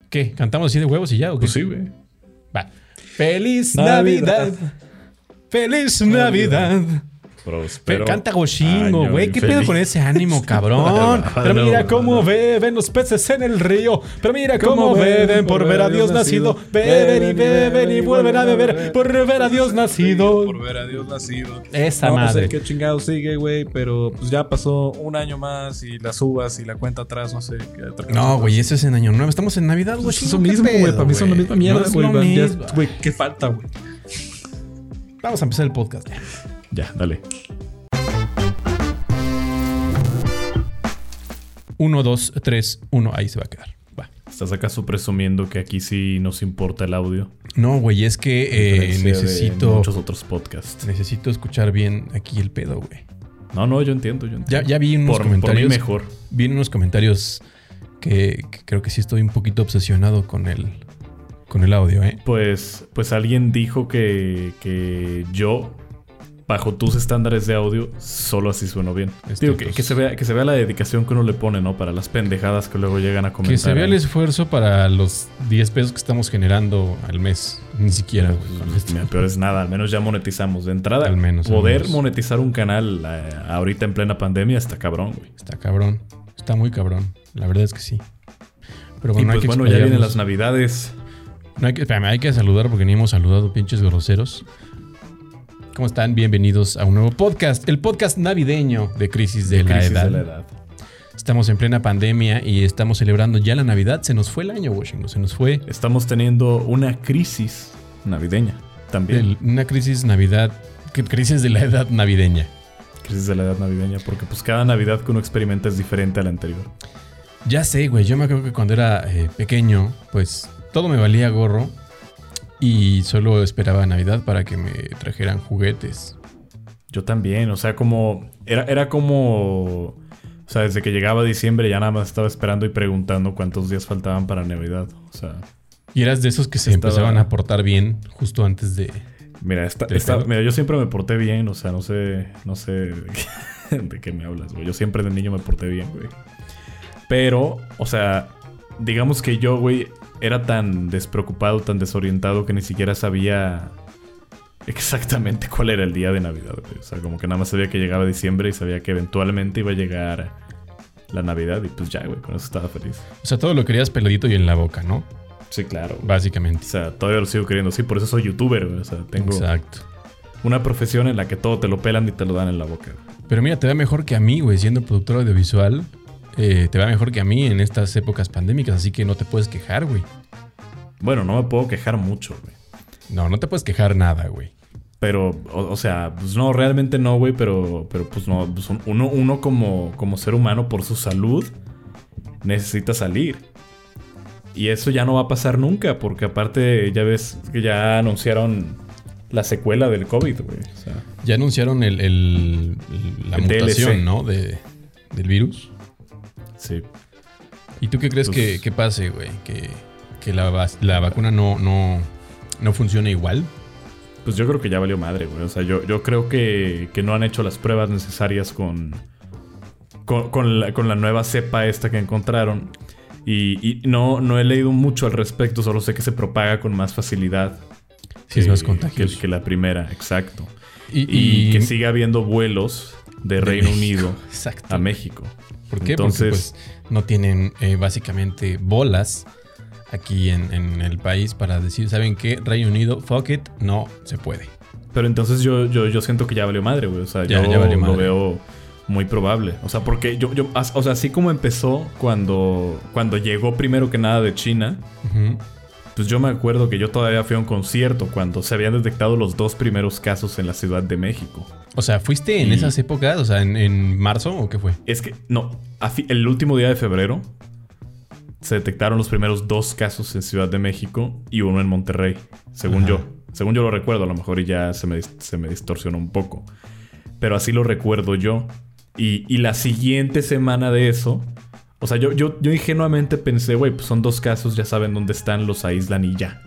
¿Qué? ¿Cantamos así de huevos y ya o qué? Pues sí, güey. Va. ¡Feliz Navidad! ¡Feliz Navidad! Prospero Canta Goshingo, año güey. ¿Qué pedo infeliz. con ese ánimo, cabrón? Pero mira cómo beben los peces en el río. Pero mira cómo beben por ver a Dios nacido. Beben y beben y vuelven a beber por ver a Dios nacido. Por ver a Dios nacido. Esa No madre. sé qué chingado sigue, güey, pero pues ya pasó un año más y las uvas y la cuenta atrás, no sé. No, güey, eso es en Año Nuevo. Estamos en Navidad, güey. Eso es lo mismo, güey. Para mí son la misma mierda, güey. Güey, ¿qué falta, güey? Vamos a empezar el podcast. Ya, dale. 1, 2, 3, 1. Ahí se va a quedar. Va. ¿Estás acaso presumiendo que aquí sí nos importa el audio? No, güey, es que necesito... muchos otros podcasts. Necesito escuchar bien aquí el pedo, güey. No, yo entiendo. Ya vi unos comentarios. Por mí mejor. Vi unos comentarios que creo que sí estoy un poquito obsesionado con el audio, ¿eh? Pues alguien dijo que yo, bajo tus estándares de audio, solo así sueno bien. Digo, que se vea la dedicación que uno le pone, ¿no? Para las pendejadas que luego llegan a comentar. Que se vea el esfuerzo para los 10 pesos que estamos generando al mes. Ni siquiera, güey. Mira, peor es nada. Al menos ya monetizamos. De entrada, al menos. Monetizar un canal ahorita en plena pandemia está cabrón, güey. Está cabrón. Está muy cabrón. La verdad es que sí. Pero bueno, y pues bueno, ya vienen las Navidades. No hay que saludar porque ni hemos saludado, pinches groseros. ¿Cómo están? Bienvenidos a un nuevo podcast. El podcast navideño de Crisis de la Edad. Estamos en plena pandemia y estamos celebrando ya la Navidad. Se nos fue el año, Washington. Se nos fue. Estamos teniendo una crisis navideña también. Una crisis Navidad. Crisis de la edad navideña. Crisis de la edad navideña. Porque pues cada Navidad que uno experimenta es diferente a la anterior. Ya sé, güey. Yo me acuerdo que cuando era pequeño, pues todo me valía gorro. Y solo esperaba Navidad para que me trajeran juguetes. Yo también. O sea, como... Era como... O sea, desde que llegaba diciembre ya nada más estaba esperando y preguntando cuántos días faltaban para Navidad. O sea... Y eras de esos que se empezaban a portar bien justo antes de... Mira, mira, yo siempre me porté bien. O sea, no sé de qué me hablas, güey. Yo siempre de niño me porté bien, güey. Pero, o sea, digamos que yo, güey, era tan despreocupado, tan desorientado que ni siquiera sabía exactamente cuál era el día de Navidad, güey. O sea, como que nada más sabía que llegaba diciembre y sabía que eventualmente iba a llegar la Navidad y pues ya, güey, con eso estaba feliz. O sea, todo lo querías peladito y en la boca, ¿no? Sí, claro. Güey. Básicamente. O sea, todavía lo sigo queriendo. Sí, por eso soy youtuber, güey. O sea, tengo una profesión en la que todo te lo pelan y te lo dan en la boca, güey. Pero mira, te va mejor que a mí, güey, siendo productor audiovisual. Te va mejor que a mí en estas épocas pandémicas, así que no te puedes quejar, güey. Bueno, no me puedo quejar mucho, güey. No te puedes quejar nada, güey. Pero, o sea, pues no, realmente no, güey, pero pues no, pues uno como ser humano por su salud necesita salir. Y eso ya no va a pasar nunca, porque aparte ya ves que ya anunciaron la secuela del COVID, güey. O sea, ya anunciaron la mutación, DLC, ¿no? Del virus. Sí. ¿Y tú qué crees que pase, güey? Que la vacuna no funciona igual. Pues yo creo que ya valió madre, güey. O sea, yo creo que no han hecho las pruebas necesarias con la nueva cepa esta que encontraron. Y no he leído mucho al respecto. Solo sé que se propaga con más facilidad. Sí, es más contagioso. Que la primera, exacto. Y que siga habiendo vuelos de Reino Unido a México. ¿Por qué? Entonces, porque pues, no tienen básicamente bolas aquí en el país para decir, ¿saben qué? Reino Unido, fuck it, no se puede. Pero entonces yo siento que ya valió madre, güey. O sea, ya lo veo muy probable. O sea, porque o sea, así como empezó cuando llegó primero que nada de China, pues yo me acuerdo que yo todavía fui a un concierto cuando se habían detectado los 2 primeros casos en la Ciudad de México. O sea, ¿fuiste en esas épocas? O sea, ¿en marzo o qué fue? Es que, no. El último día de febrero se detectaron los primeros 2 casos en Ciudad de México y uno en Monterrey, según yo. Según yo lo recuerdo, a lo mejor ya se me distorsionó un poco. Pero así lo recuerdo yo. Y la siguiente semana de eso... O sea, yo ingenuamente pensé, güey, pues son 2 casos, ya saben dónde están, los aíslan y ya.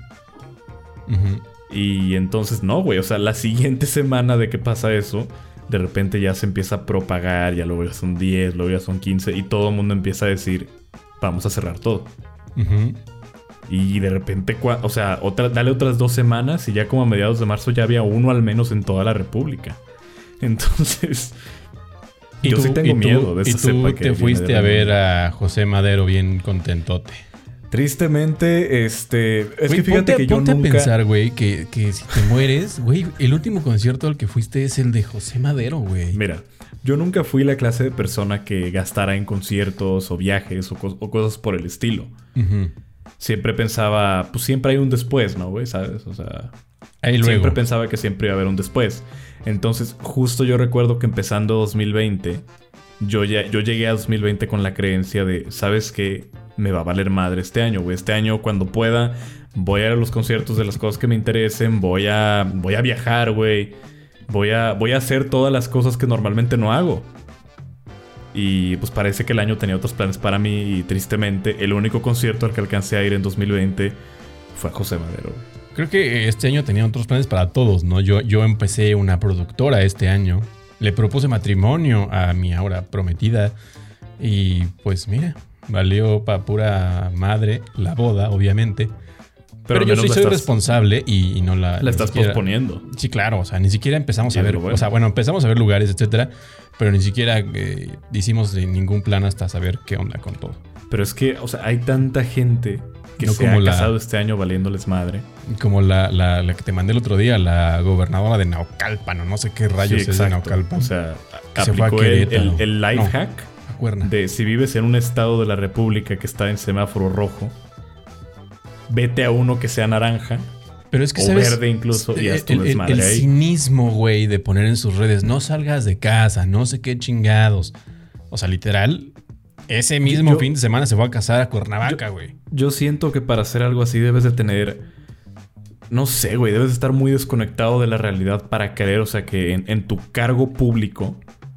Y entonces no, güey. O sea, la siguiente semana de que pasa eso, de repente ya se empieza a propagar. Ya luego ya son 10, luego ya son 15. Y todo el mundo empieza a decir, vamos a cerrar todo. Y de repente, o sea, dale otras 2 semanas y ya como a mediados de marzo ya había uno al menos en toda la República. Entonces, yo sí tengo miedo de esa cepa que te fuiste a ver a José Madero bien contentote. Tristemente, es güey, que fíjate que yo nunca... Ponte a pensar, güey, que si te mueres, güey, el último concierto al que fuiste es el de José Madero, güey. Mira, yo nunca fui la clase de persona que gastara en conciertos o viajes o cosas por el estilo. Uh-huh. Siempre pensaba, pues siempre hay un después, ¿no, güey? ¿Sabes? O sea, siempre pensaba que siempre iba a haber un después. Entonces, justo yo recuerdo que empezando 2020, yo llegué a 2020 con la creencia de, ¿sabes qué? Me va a valer madre este año, güey. Este año, cuando pueda, voy a ir a los conciertos de las cosas que me interesen. Voy a viajar, güey. Voy a hacer todas las cosas que normalmente no hago. Y pues parece que el año tenía otros planes para mí. Y tristemente, el único concierto al que alcancé a ir en 2020 fue a José Madero, güey. Creo que este año tenía otros planes para todos, ¿no? Yo empecé una productora este año. Le propuse matrimonio a mi ahora prometida. Y pues mira... Valió para pura madre la boda, obviamente. Pero yo sí soy responsable y no la... La estás posponiendo. Sí, claro. O sea, ni siquiera empezamos a ver... Bueno. O sea, bueno, empezamos a ver lugares, etcétera. Pero ni siquiera hicimos ningún plan hasta saber qué onda con todo. Pero es que, o sea, hay tanta gente que no se ha casado este año valiéndoles madre. Como la que te mandé el otro día, la gobernadora de Naucalpan, o no sé qué rayos es de Naucalpan. O sea, aplicó el life hack. De si vives en un estado de la república que está en semáforo rojo, vete a uno que sea naranja. Pero es que, o ¿sabes? Verde incluso, y haz tu desmadre el ahí. Cinismo, güey, de poner en sus redes, no salgas de casa, no sé qué chingados. O sea, literal, ese mismo fin de semana se fue a casar a Cuernavaca, güey. Yo siento que para hacer algo así debes de tener... No sé, güey, debes de estar muy desconectado de la realidad para creer, o sea, que en tu cargo público...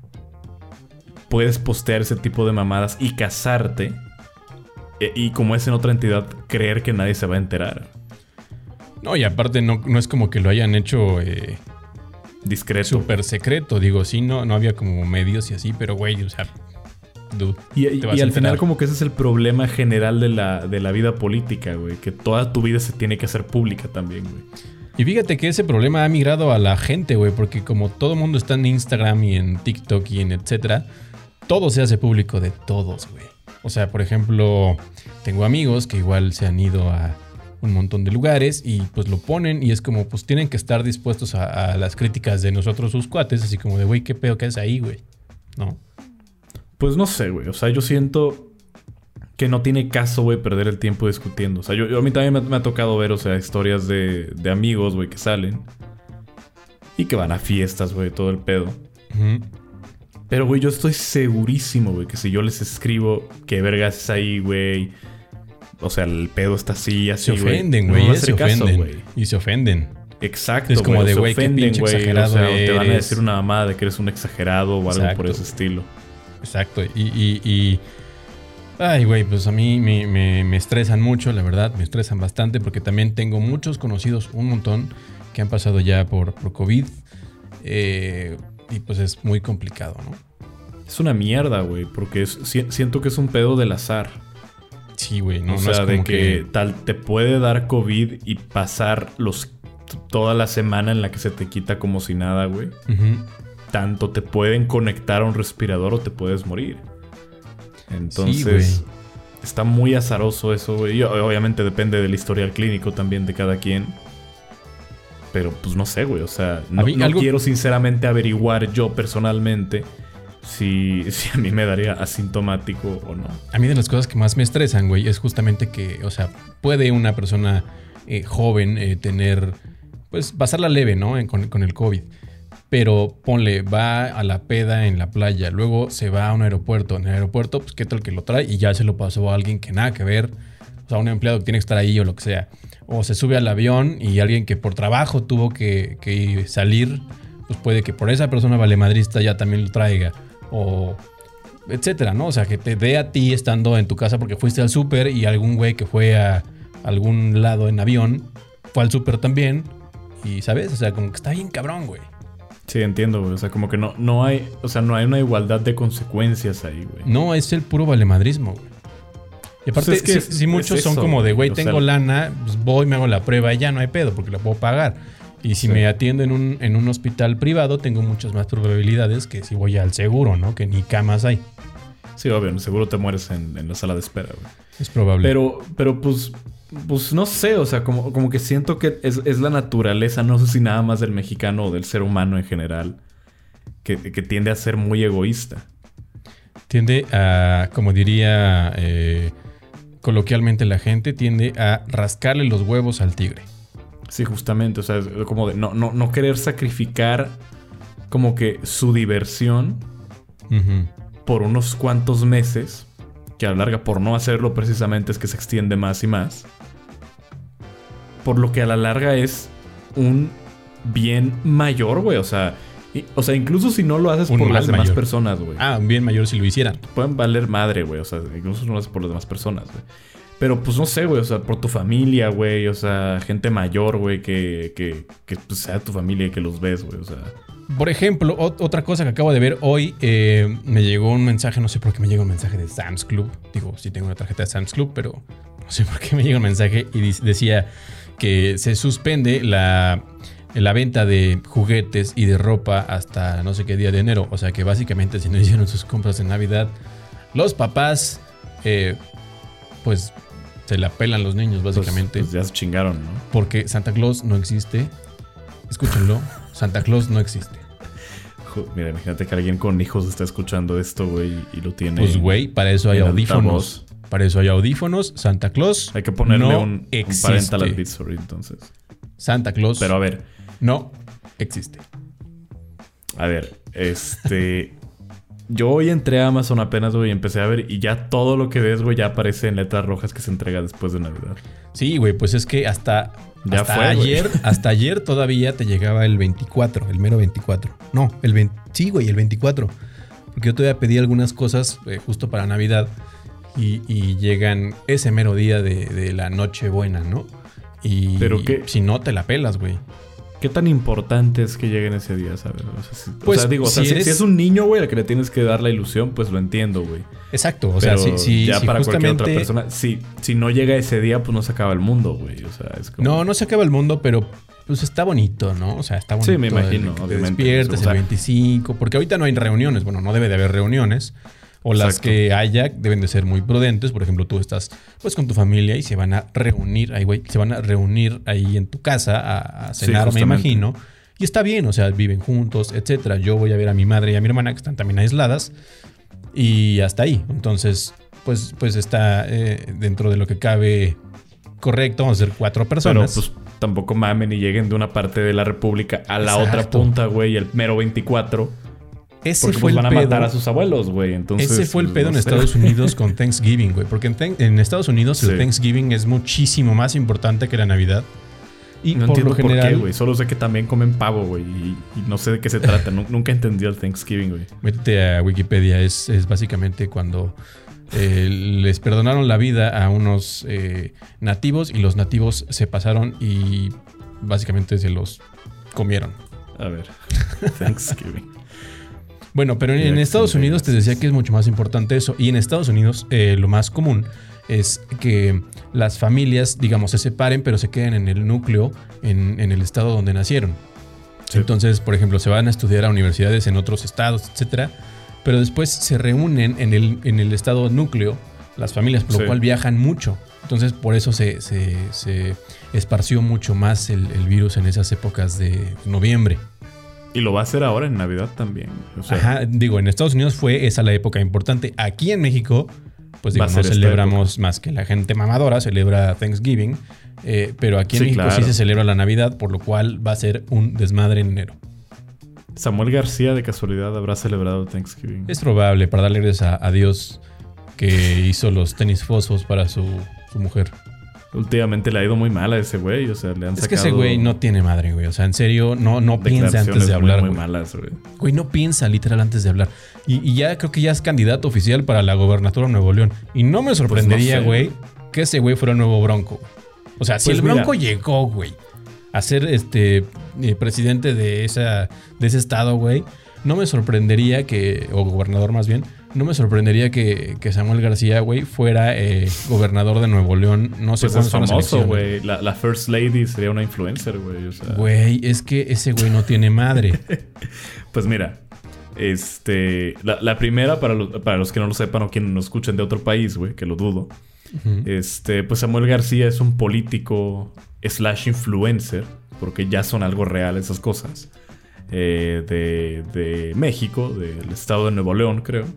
puedes postear ese tipo de mamadas y casarte. Y como es en otra entidad, creer que nadie se va a enterar. No, y aparte no es como que lo hayan hecho... discreto. Súper secreto. Digo, sí, no había como medios y así, pero güey, o sea... Dude, y al final como que ese es el problema general de la vida política, güey. Que toda tu vida se tiene que hacer pública también, güey. Y fíjate que ese problema ha migrado a la gente, güey. Porque como todo el mundo está en Instagram y en TikTok y en etcétera... Todo se hace público de todos, güey. O sea, por ejemplo, tengo amigos que igual se han ido a un montón de lugares y pues lo ponen y es como, pues tienen que estar dispuestos a las críticas de nosotros, sus cuates, así como de, güey, ¿qué pedo que haces ahí, güey? ¿No? Pues no sé, güey. O sea, yo siento que no tiene caso, güey, perder el tiempo discutiendo. O sea, a mí también me ha tocado ver, o sea, historias de amigos, güey, que salen y que van a fiestas, güey, todo el pedo. Uh-huh. Pero, güey, yo estoy segurísimo, güey, que si yo les escribo que vergas es ahí, güey. O sea, el pedo está así, se ofenden, güey. No se ofenden, güey. Y se ofenden. Exacto, es como güey. De, güey, qué pinche exagerado. O sea, te van a decir una mamada de que eres un exagerado o algo por ese estilo. Exacto. Y ay, güey, pues a mí me estresan mucho, la verdad. Me estresan bastante porque también tengo muchos conocidos, un montón, que han pasado ya por COVID. Y pues es muy complicado, ¿no? Es una mierda, güey, porque siento que es un pedo del azar. Sí, güey. No, o sea, no es como de que tal te puede dar COVID y pasar toda la semana en la que se te quita como si nada, güey. Uh-huh. Tanto te pueden conectar a un respirador o te puedes morir. Entonces, sí, está muy azaroso eso, güey. Y obviamente depende del historial clínico también de cada quien. Pero pues no sé, güey, o sea, no quiero sinceramente averiguar yo personalmente si a mí me daría asintomático o no. A mí de las cosas que más me estresan, güey, es justamente que, o sea, puede una persona joven tener, pues pasarla leve, ¿no? Con el COVID. Pero ponle, va a la peda en la playa, luego se va a un aeropuerto. En el aeropuerto, pues qué tal que lo trae y ya se lo pasó a alguien que nada que ver. O sea, un empleado que tiene que estar ahí o lo que sea. O se sube al avión y alguien que por trabajo tuvo que salir, pues puede que por esa persona valemadrista ya también lo traiga. O etcétera, ¿no? O sea, que te dé a ti estando en tu casa porque fuiste al súper y algún güey que fue a algún lado en avión fue al súper también. Y, ¿sabes? O sea, como que está bien cabrón, güey. Sí, entiendo, güey. O sea, como que no hay... O sea, no hay una igualdad de consecuencias ahí, güey. No, es el puro valemadrismo, güey. Y aparte, pues es que si muchos son como de, güey, tengo lana, pues voy, me hago la prueba y ya no hay pedo porque la puedo pagar. Y si me atiendo en un hospital privado, tengo muchas más probabilidades que si voy al seguro, ¿no? Que ni camas hay. Sí, obvio, seguro te mueres en la sala de espera, güey. Es probable. Pero pues no sé, o sea, como que siento que es la naturaleza, no sé si nada más del mexicano o del ser humano en general, que tiende a ser muy egoísta. Tiende a, como diría coloquialmente la gente, tiende a rascarle los huevos al tigre. Sí, justamente, o sea, como de no querer sacrificar como que su diversión por unos cuantos meses, que a la larga por no hacerlo precisamente es que se extiende más y más, por lo que a la larga es un bien mayor, güey, o sea, incluso si no lo haces por las demás personas, güey. Ah, un bien mayor si lo hicieran. Pueden valer madre, güey, o sea, incluso si no lo haces por las demás personas, güey. Pero pues no sé, güey, o sea, por tu familia, güey, o sea, gente mayor, güey, que pues, sea tu familia y que los ves, güey, o sea. Por ejemplo, otra cosa que acabo de ver hoy, me llegó un mensaje, no sé por qué me llegó un mensaje de Sam's Club. Digo, sí tengo una tarjeta de Sam's Club, pero no sé por qué me llegó un mensaje y decía que se suspende la venta de juguetes y de ropa hasta no sé qué día de enero. O sea que básicamente si no hicieron sus compras en Navidad, los papás, pues se la pelan los niños básicamente. Pues ya se chingaron, ¿no? Porque Santa Claus no existe. Escúchenlo, Santa Claus no existe. Mira, imagínate que alguien con hijos está escuchando esto, güey, y lo tiene. Pues, güey, para eso hay audífonos. Para eso hay audífonos. Santa Claus hay que ponerle no un existe. Parental advisory, entonces. Santa Claus. Pero a ver. No existe. A ver, yo hoy entré a Amazon apenas, güey, y empecé a ver, y ya todo lo que ves, güey, ya aparece en letras rojas que se entrega después de Navidad. Sí, güey, pues es que hasta ayer todavía te llegaba el 24, el mero 24. No, el 20, sí, güey, el 24. Porque yo todavía pedí algunas cosas justo para Navidad y llegan ese mero día de la Nochebuena, ¿no? Y pero si no, te la pelas, güey. ¿Qué tan importante es que lleguen ese día, sabes? Pues, si es un niño, güey, al que le tienes que dar la ilusión, pues lo entiendo, güey. Exacto, o pero sea, si para justamente cualquier otra persona, si no llega ese día, pues no se acaba el mundo, güey. O sea, es como... No se acaba el mundo, pero pues está bonito, ¿no? O sea, está bonito. Sí, me imagino, obviamente. Te despiertas el 25, porque ahorita no hay reuniones. Bueno, no debe de haber reuniones. O las que haya deben de ser muy prudentes. Por ejemplo, tú estás pues con tu familia y se van a reunir ahí en tu casa a cenar, me imagino. Y está bien, o sea, viven juntos, etcétera. Yo voy a ver a mi madre y a mi hermana que están también aisladas. Y hasta ahí. Entonces, pues está dentro de lo que cabe correcto. Vamos a ser 4 personas. Pero pues tampoco mamen y lleguen de una parte de la república a la otra punta, güey, el mero 24. Ese porque fue pues el van pedo. A matar a sus abuelos, güey. Entonces, ese fue el pedo no en sé. Estados Unidos con Thanksgiving, güey. Porque en Estados Unidos el Thanksgiving es muchísimo más importante que la Navidad. Y no por entiendo lo general, por qué, güey. Solo sé que también comen pavo, güey. Y no sé de qué se trata. Nunca entendí el Thanksgiving, güey. Métete a Wikipedia. Es básicamente cuando les perdonaron la vida a unos nativos y los nativos se pasaron y básicamente se los comieron. A ver. Thanksgiving. Bueno, pero en Estados Unidos te decía que es mucho más importante eso. Y en Estados Unidos lo más común es que las familias, digamos, se separen, pero se queden en el núcleo, en el estado donde nacieron. Sí. Entonces, por ejemplo, se van a estudiar a universidades en otros estados, etcétera. Pero después se reúnen en el estado núcleo, las familias, por lo cual viajan mucho. Entonces, por eso se esparció mucho más el virus en esas épocas de noviembre. Y lo va a hacer ahora en Navidad también. O sea, ajá, digo, en Estados Unidos fue esa la época importante. Aquí en México, pues digo, no celebramos más que la gente mamadora, celebra Thanksgiving. Pero aquí en México sí se celebra la Navidad, por lo cual va a ser un desmadre en enero. Samuel García, de casualidad, habrá celebrado Thanksgiving. Es probable, para darle gracias a Dios que hizo los tenis fosfos para su mujer. Últimamente le ha ido muy mal a ese güey, o sea, le han sacado... Es que ese güey no tiene madre, güey. O sea, en serio, no piensa antes de hablar, muy malas, güey. Güey, no piensa literal antes de hablar. Y ya creo que ya es candidato oficial para la gobernatura de Nuevo León. Y no me sorprendería, güey, pues no sé, que ese güey fuera el nuevo Bronco. O sea, si pues el Bronco llegó, güey, a ser presidente de ese estado, güey, no me sorprendería que, o gobernador más bien, no me sorprendería que Samuel García, güey, fuera gobernador de Nuevo León. No sé pues cuándo son las famoso, güey. La First Lady sería una influencer, güey. O sea... Güey, es que ese güey no tiene madre. Pues mira, la primera, para los que no lo sepan o quienes nos escuchen de otro país, güey, que lo dudo. Pues Samuel García es un político / influencer, porque ya son algo real esas cosas. De México, del estado de Nuevo León, creo.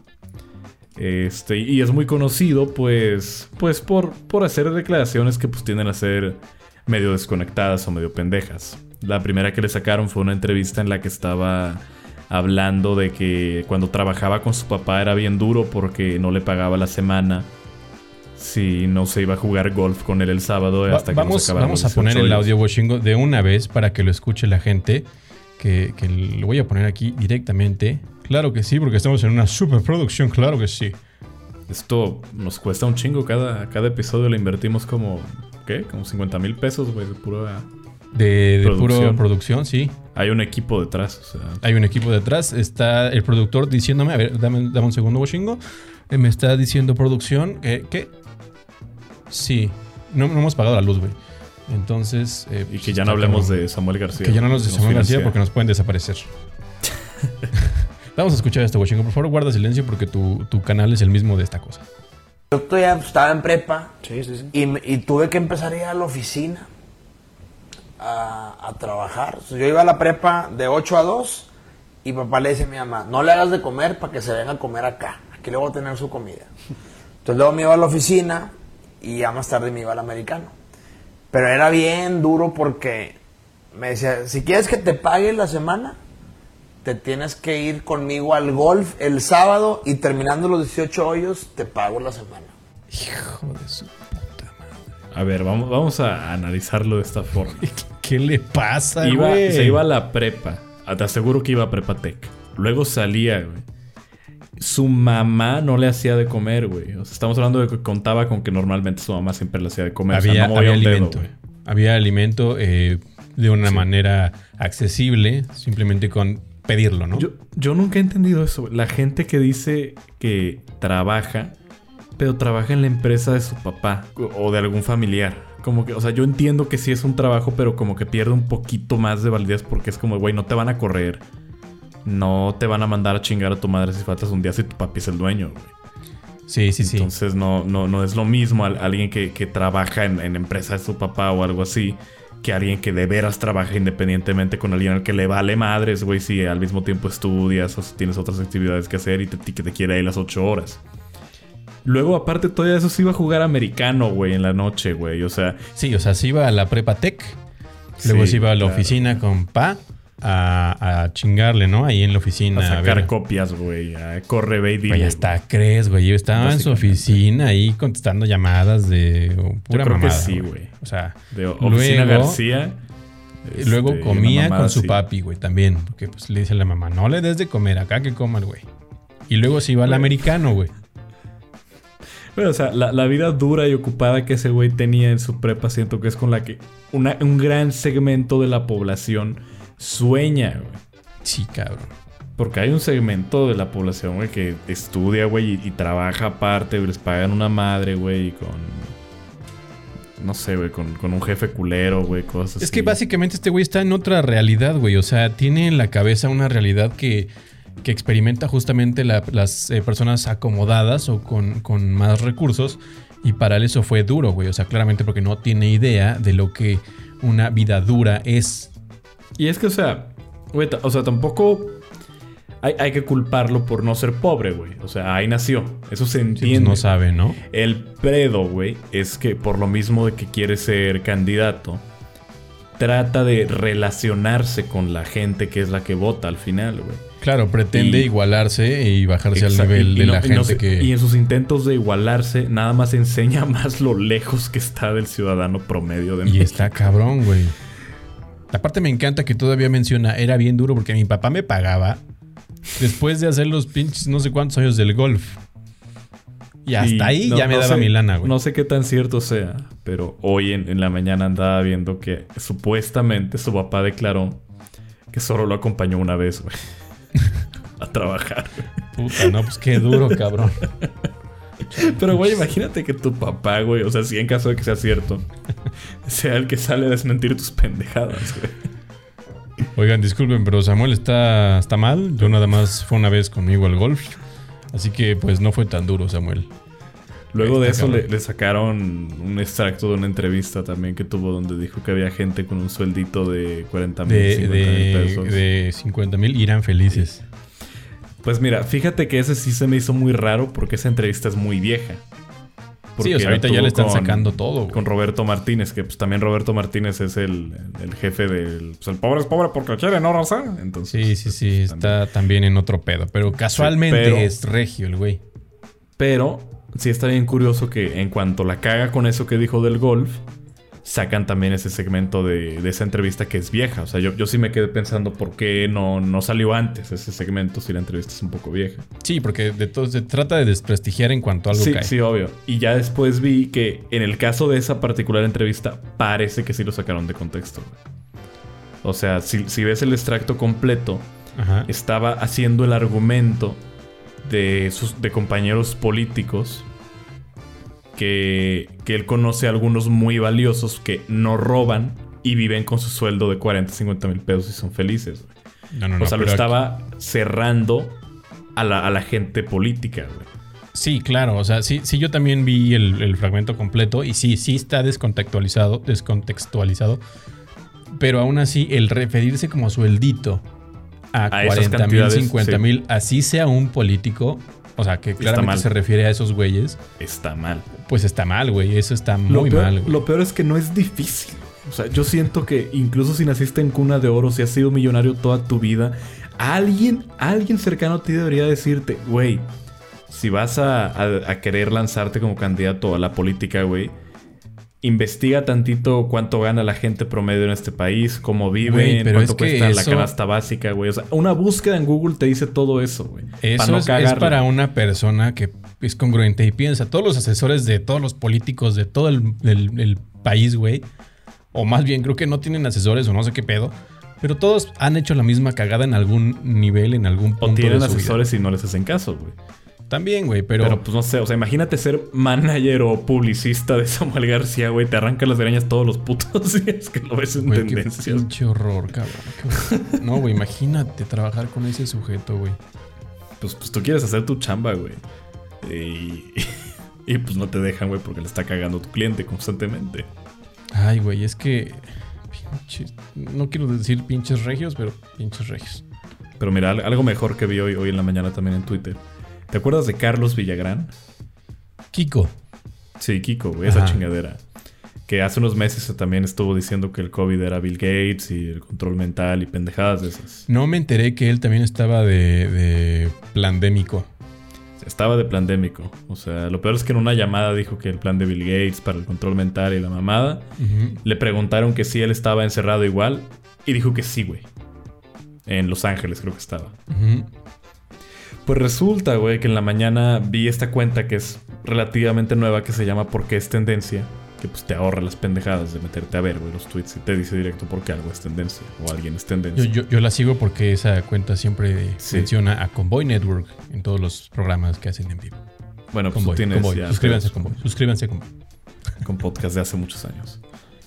Y es muy conocido, pues por hacer declaraciones que pues tienden a ser medio desconectadas o medio pendejas. La primera que le sacaron fue una entrevista en la que estaba hablando de que cuando trabajaba con su papá era bien duro porque no le pagaba la semana si no se iba a jugar golf con él el sábado hasta que vamos a poner el audio, Washingo, de una vez para que lo escuche la gente. Que lo voy a poner aquí directamente. Claro que sí, porque estamos en una superproducción, claro que sí. Esto nos cuesta un chingo. Cada episodio le invertimos como... ¿Qué? Como 50,000 pesos, güey, de pura... De pura producción, sí. Hay un equipo detrás, o sea... Hay un equipo detrás. Está el productor diciéndome... A ver, dame un segundo, Washingo. Me está diciendo producción... ¿Qué? Sí. No hemos pagado la luz, güey. Entonces... y que ya no hablemos de Samuel García. Que ya no hablemos de Samuel García porque nos pueden desaparecer. Vamos a escuchar esto, Washingo. Por favor, guarda silencio porque tu canal es el mismo de esta cosa. Yo todavía estaba en prepa. Sí. Y tuve que empezar a ir a la oficina a trabajar. Yo iba a la prepa de 8 a 2 y papá le dice a mi mamá, no le hagas de comer para que se venga a comer acá. Aquí le voy a tener su comida. Entonces luego me iba a la oficina y ya más tarde me iba al americano. Pero era bien duro porque me decía, si quieres que te pague la semana, te tienes que ir conmigo al golf el sábado y terminando los 18 hoyos, te pago la semana. Hijo de su puta madre. A ver, vamos a analizarlo de esta forma. ¿Qué le pasa, güey? Se iba a la prepa. Te aseguro que iba a Prepa Tech. Luego salía, güey. Su mamá no le hacía de comer, güey. O sea, estamos hablando de que contaba con que normalmente su mamá siempre le hacía de comer. Había alimento. Dedo, había alimento de una manera accesible, simplemente con pedirlo, ¿no? Yo nunca he entendido eso. La gente que dice que trabaja, pero trabaja en la empresa de su papá o de algún familiar. Como que, o sea, yo entiendo que sí es un trabajo, pero como que pierde un poquito más de validez porque es como, güey, no te van a correr. No te van a mandar a chingar a tu madre si faltas un día si tu papi es el dueño, güey. Sí. Entonces no es lo mismo alguien que trabaja en empresa de su papá o algo así que alguien que de veras trabaja independientemente con alguien al que le vale madres, güey, si al mismo tiempo estudias o si tienes otras actividades que hacer y que te quiere ahí las 8 horas. Luego, aparte, todavía eso se iba a jugar americano, güey, en la noche, güey, o sea... Sí, o sea, se iba a la Prepa Tech, luego se iba a la oficina con Pa a chingarle, ¿no? Ahí en la oficina. A sacar copias, güey, a corre, baby. Güey, hasta crees, güey, yo estaba en su oficina ahí contestando llamadas de pura mamada. Yo creo que sí, güey. O sea, de Oficina García. Luego comía con su papi, güey, también. Porque pues le dice a la mamá, no le des de comer, acá que coma el güey. Y luego se iba al americano, güey. Bueno, o sea, la vida dura y ocupada que ese güey tenía en su prepa, siento que es con la que un gran segmento de la población sueña, güey. Sí, cabrón. Porque hay un segmento de la población, güey, que estudia, güey, y trabaja aparte, güey, les pagan una madre, güey, no sé, güey, con un jefe culero, güey, cosas así. Es que básicamente este güey está en otra realidad, güey. O sea, tiene en la cabeza una realidad que experimenta justamente las personas acomodadas o con más recursos. Y para él eso fue duro, güey. O sea, claramente porque no tiene idea de lo que una vida dura es. Y es que, o sea, güey, tampoco hay que culparlo por no ser pobre, güey. O sea, ahí nació. Eso se entiende. Sí, pues no sabe, ¿no? El pedo, güey, es que por lo mismo de que quiere ser candidato, trata de relacionarse con la gente que es la que vota al final, güey. Claro, pretende igualarse y bajarse al nivel de la gente que... Y en sus intentos de igualarse, nada más enseña más lo lejos que está del ciudadano promedio de México. Y está cabrón, güey. Aparte me encanta que todavía menciona, era bien duro porque mi papá me pagaba después de hacer los pinches no sé cuántos años del golf. Y hasta ahí ya me daba mi lana, güey. No sé qué tan cierto sea, pero hoy en la mañana andaba viendo que supuestamente su papá declaró que solo lo acompañó una vez, güey. A trabajar. Puta, no, pues qué duro, cabrón. Pero, güey, imagínate que tu papá, güey, o sea, si en caso de que sea cierto, sea el que sale a desmentir tus pendejadas, güey. Oigan, disculpen, pero Samuel está mal. Yo nada más fue una vez conmigo al golf. Así que, pues, no fue tan duro, Samuel. Luego de eso le sacaron un extracto de una entrevista también que tuvo donde dijo que había gente con un sueldito de 40,000, 50,000 pesos. De 50,000 irán felices. Pues mira, fíjate que ese sí se me hizo muy raro porque esa entrevista es muy vieja. Sí, o sea, ahorita ya le están sacando todo. Con Roberto Martínez, que pues también Roberto Martínez es el jefe del... Pues el pobre es pobre porque quiere, ¿no, Raza? Entonces, sí, pues, está también en otro pedo. Pero casualmente es regio el güey. Pero sí está bien curioso que en cuanto la caga con eso que dijo del golf, sacan también ese segmento de esa entrevista que es vieja. O sea, yo sí me quedé pensando por qué no salió antes ese segmento si la entrevista es un poco vieja. Sí, porque de todo se trata de desprestigiar en cuanto algo cae. Sí, obvio. Y ya después vi que en el caso de esa particular entrevista parece que sí lo sacaron de contexto. O sea, si ves el extracto completo, ajá, estaba haciendo el argumento de compañeros políticos que él conoce a algunos muy valiosos que no roban y viven con su sueldo de 40, 50 mil pesos y son felices. No, o sea, lo estaba cerrando a la gente política, güey. Sí, claro. O sea, sí, yo también vi el fragmento completo y sí está descontextualizado. Pero aún así, el referirse como sueldito a 40,000, 50,000, sí, así sea un político... O sea, que claramente se refiere a esos güeyes. Está mal. Pues está mal, güey. Eso está muy mal, güey. Lo peor es que no es difícil. O sea, yo siento que incluso si naciste en cuna de oro, si has sido millonario toda tu vida, alguien cercano a ti debería decirte, güey, si vas a querer lanzarte como candidato a la política, güey, investiga tantito cuánto gana la gente promedio en este país, cómo viven, cuánto cuesta la canasta básica, güey. O sea, una búsqueda en Google te dice todo eso, güey. Eso es para una persona que es congruente y piensa. Todos los asesores de todos los políticos de todo el país, güey, o más bien creo que no tienen asesores o no sé qué pedo, pero todos han hecho la misma cagada en algún nivel, en algún punto de su vida. O tienen asesores y no les hacen caso, güey. También, güey, pero pues no sé, o sea, imagínate ser manager o publicista de Samuel García, güey. Te arrancan las greñas todos los putos y es que lo ves en tendencias. Qué pinche horror, cabrón. No, güey, imagínate trabajar con ese sujeto, güey. Pues tú quieres hacer tu chamba, güey. Y pues no te dejan, güey, porque le está cagando tu cliente constantemente. Ay, güey, es que... no quiero decir pinches regios, pero pinches regios. Pero mira, algo mejor que vi hoy en la mañana también en Twitter. ¿Te acuerdas de Carlos Villagrán? Kiko. Sí, Kiko, güey, esa chingadera. Que hace unos meses también estuvo diciendo que el COVID era Bill Gates y el control mental y pendejadas de esas. No me enteré que él también estaba de plandémico. Estaba de plandémico. O sea, lo peor es que en una llamada dijo que el plan de Bill Gates para el control mental y la mamada. Le preguntaron que si él estaba encerrado igual y dijo que sí, güey. En Los Ángeles creo que estaba. Pues resulta, güey, que en la mañana vi esta cuenta que es relativamente nueva que se llama ¿Por qué es tendencia? Que pues te ahorra las pendejadas de meterte a ver, güey, los tweets y te dice directo por qué algo es tendencia o alguien es tendencia. Yo la sigo porque esa cuenta siempre menciona a Convoy Network en todos los programas que hacen en vivo. Bueno, pues tú tienes Convoy. Ya... Suscríbanse a Convoy. Con podcast de hace muchos años.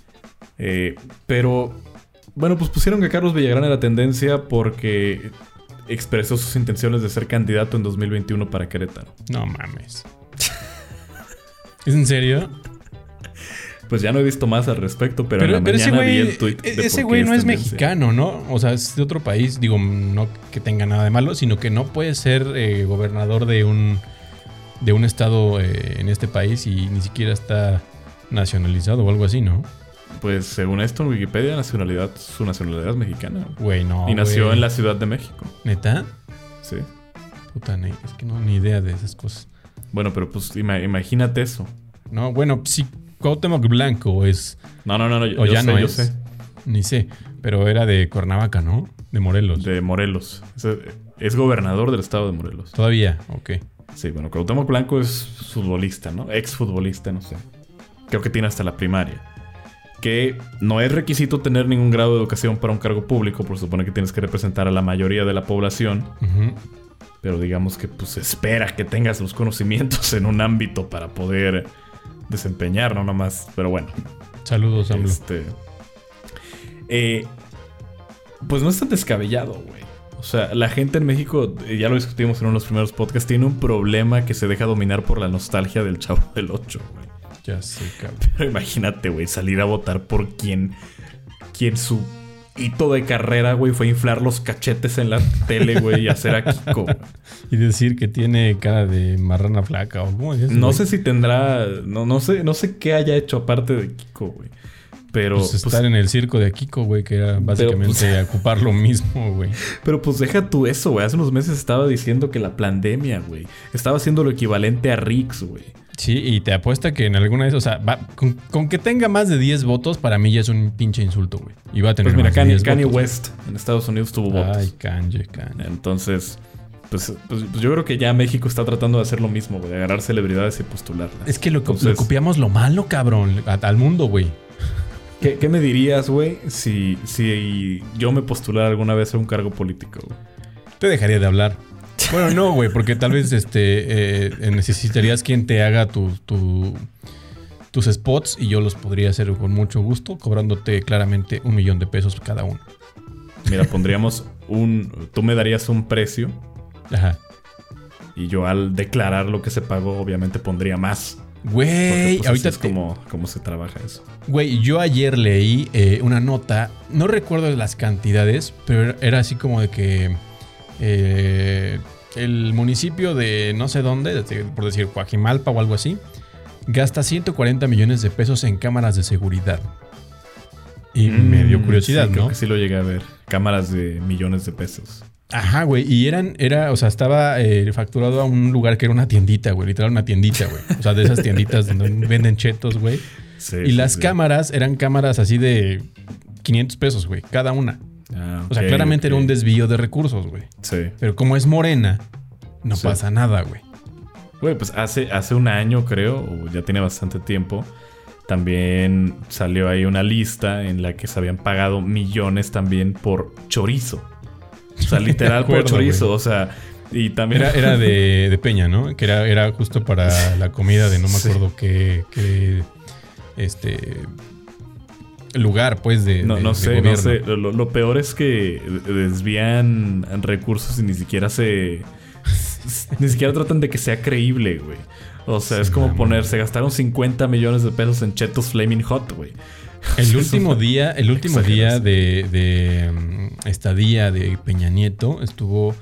Pero, bueno, pues pusieron que Carlos Villagrán era tendencia porque... expresó sus intenciones de ser candidato en 2021 para Querétaro. No mames. ¿Es en serio? Pues ya no he visto más al respecto, pero en la mañana vi el tweet de ese güey no es mexicano, ¿no? O sea, es de otro país. Digo, no que tenga nada de malo, sino que no puede ser gobernador de un estado en este país y ni siquiera está nacionalizado o algo así, ¿no? Pues según esto en Wikipedia, su nacionalidad es mexicana. Güey, no. Y nació en la Ciudad de México. ¿Neta? Sí. Puta, es que no, ni idea de esas cosas. Bueno, pero pues imagínate eso. No, bueno, sí, Cuauhtémoc Blanco es... No, yo sé. Ni sé, pero era de Cuernavaca, ¿no? De Morelos. De Morelos. Es gobernador del estado de Morelos. Todavía, ok. Sí, bueno, Cuauhtémoc Blanco es futbolista, ¿no? Exfutbolista, no sé. Creo que tiene hasta la primaria. Que no es requisito tener ningún grado de educación para un cargo público, por supone que tienes que representar a la mayoría de la población. Pero digamos que pues se espera que tengas los conocimientos en un ámbito para poder desempeñar, no nomás. Pero bueno. Saludos, AMLO. Pues no es tan descabellado, güey. O sea, la gente en México, ya lo discutimos en uno de los primeros podcasts, tiene un problema que se deja dominar por la nostalgia del Chavo del 8, güey. Ya sé, cabrón. Pero imagínate, güey, salir a votar por quien su hito de carrera, güey, fue inflar los cachetes en la tele, güey, y hacer a Kiko. Y decir que tiene cara de marrana flaca o cómo es eso, No güey? sé si tendrá... No sé qué haya hecho aparte de Kiko, güey. Pero... Pues estar en el circo de Kiko, güey, que era básicamente ocupar lo mismo, güey. Pero pues deja tú eso, güey. Hace unos meses estaba diciendo que la pandemia, güey, estaba haciendo lo equivalente a Rix, güey. Sí, y te apuesta que en alguna de esas... O sea, con que tenga más de 10 votos, para mí ya es un pinche insulto, güey. Y va a tener pues mira, más de 10 Kanye votos, West en Estados Unidos tuvo votos. Ay, Kanye. Entonces... Pues yo creo que ya México está tratando de hacer lo mismo, güey. De agarrar celebridades y postularlas. Es que lo copiamos lo malo, cabrón. Al mundo, güey. ¿Qué me dirías, güey, si yo me postulara alguna vez a un cargo político, güey? Te dejaría de hablar. Bueno, no, güey, porque tal vez necesitarías quien te haga tus spots y yo los podría hacer con mucho gusto, cobrándote claramente $1,000,000 cada uno. Mira, pondríamos tú me darías un precio. Ajá. Y yo al declarar lo que se pagó, obviamente pondría más. Güey, pues, ahorita es como se trabaja eso. Güey, yo ayer leí una nota, no recuerdo las cantidades, pero era así como de que el municipio de no sé dónde, por decir Coajimalpa o algo así, gasta $140 millones en cámaras de seguridad. Y me dio curiosidad, sí, ¿no? Creo que sí lo llegué a ver. Cámaras de millones de pesos. Ajá, güey. Y o sea, estaba facturado a un lugar que era una tiendita, güey. Literal, una tiendita, güey. O sea, de esas tienditas donde venden chetos, güey. Sí, y las cámaras eran cámaras así de $500, güey. Cada una. Ah, o sea, claramente era un desvío de recursos, güey. Sí. Pero como es morena, no pasa nada, güey. Güey, pues hace un año, creo, o ya tiene bastante tiempo, también salió ahí una lista en la que se habían pagado millones también por chorizo. O sea, literal por chorizo, güey. O sea, y también... Era de Peña, ¿no? Que era justo para la comida de no me acuerdo qué lugar, pues, no sé. Lo peor es que desvían recursos y ni siquiera tratan de que sea creíble, güey. O sea, es como se gastaron $50 millones en chetos Flaming Hot, güey. El último día de estadía de Peña Nieto estuvo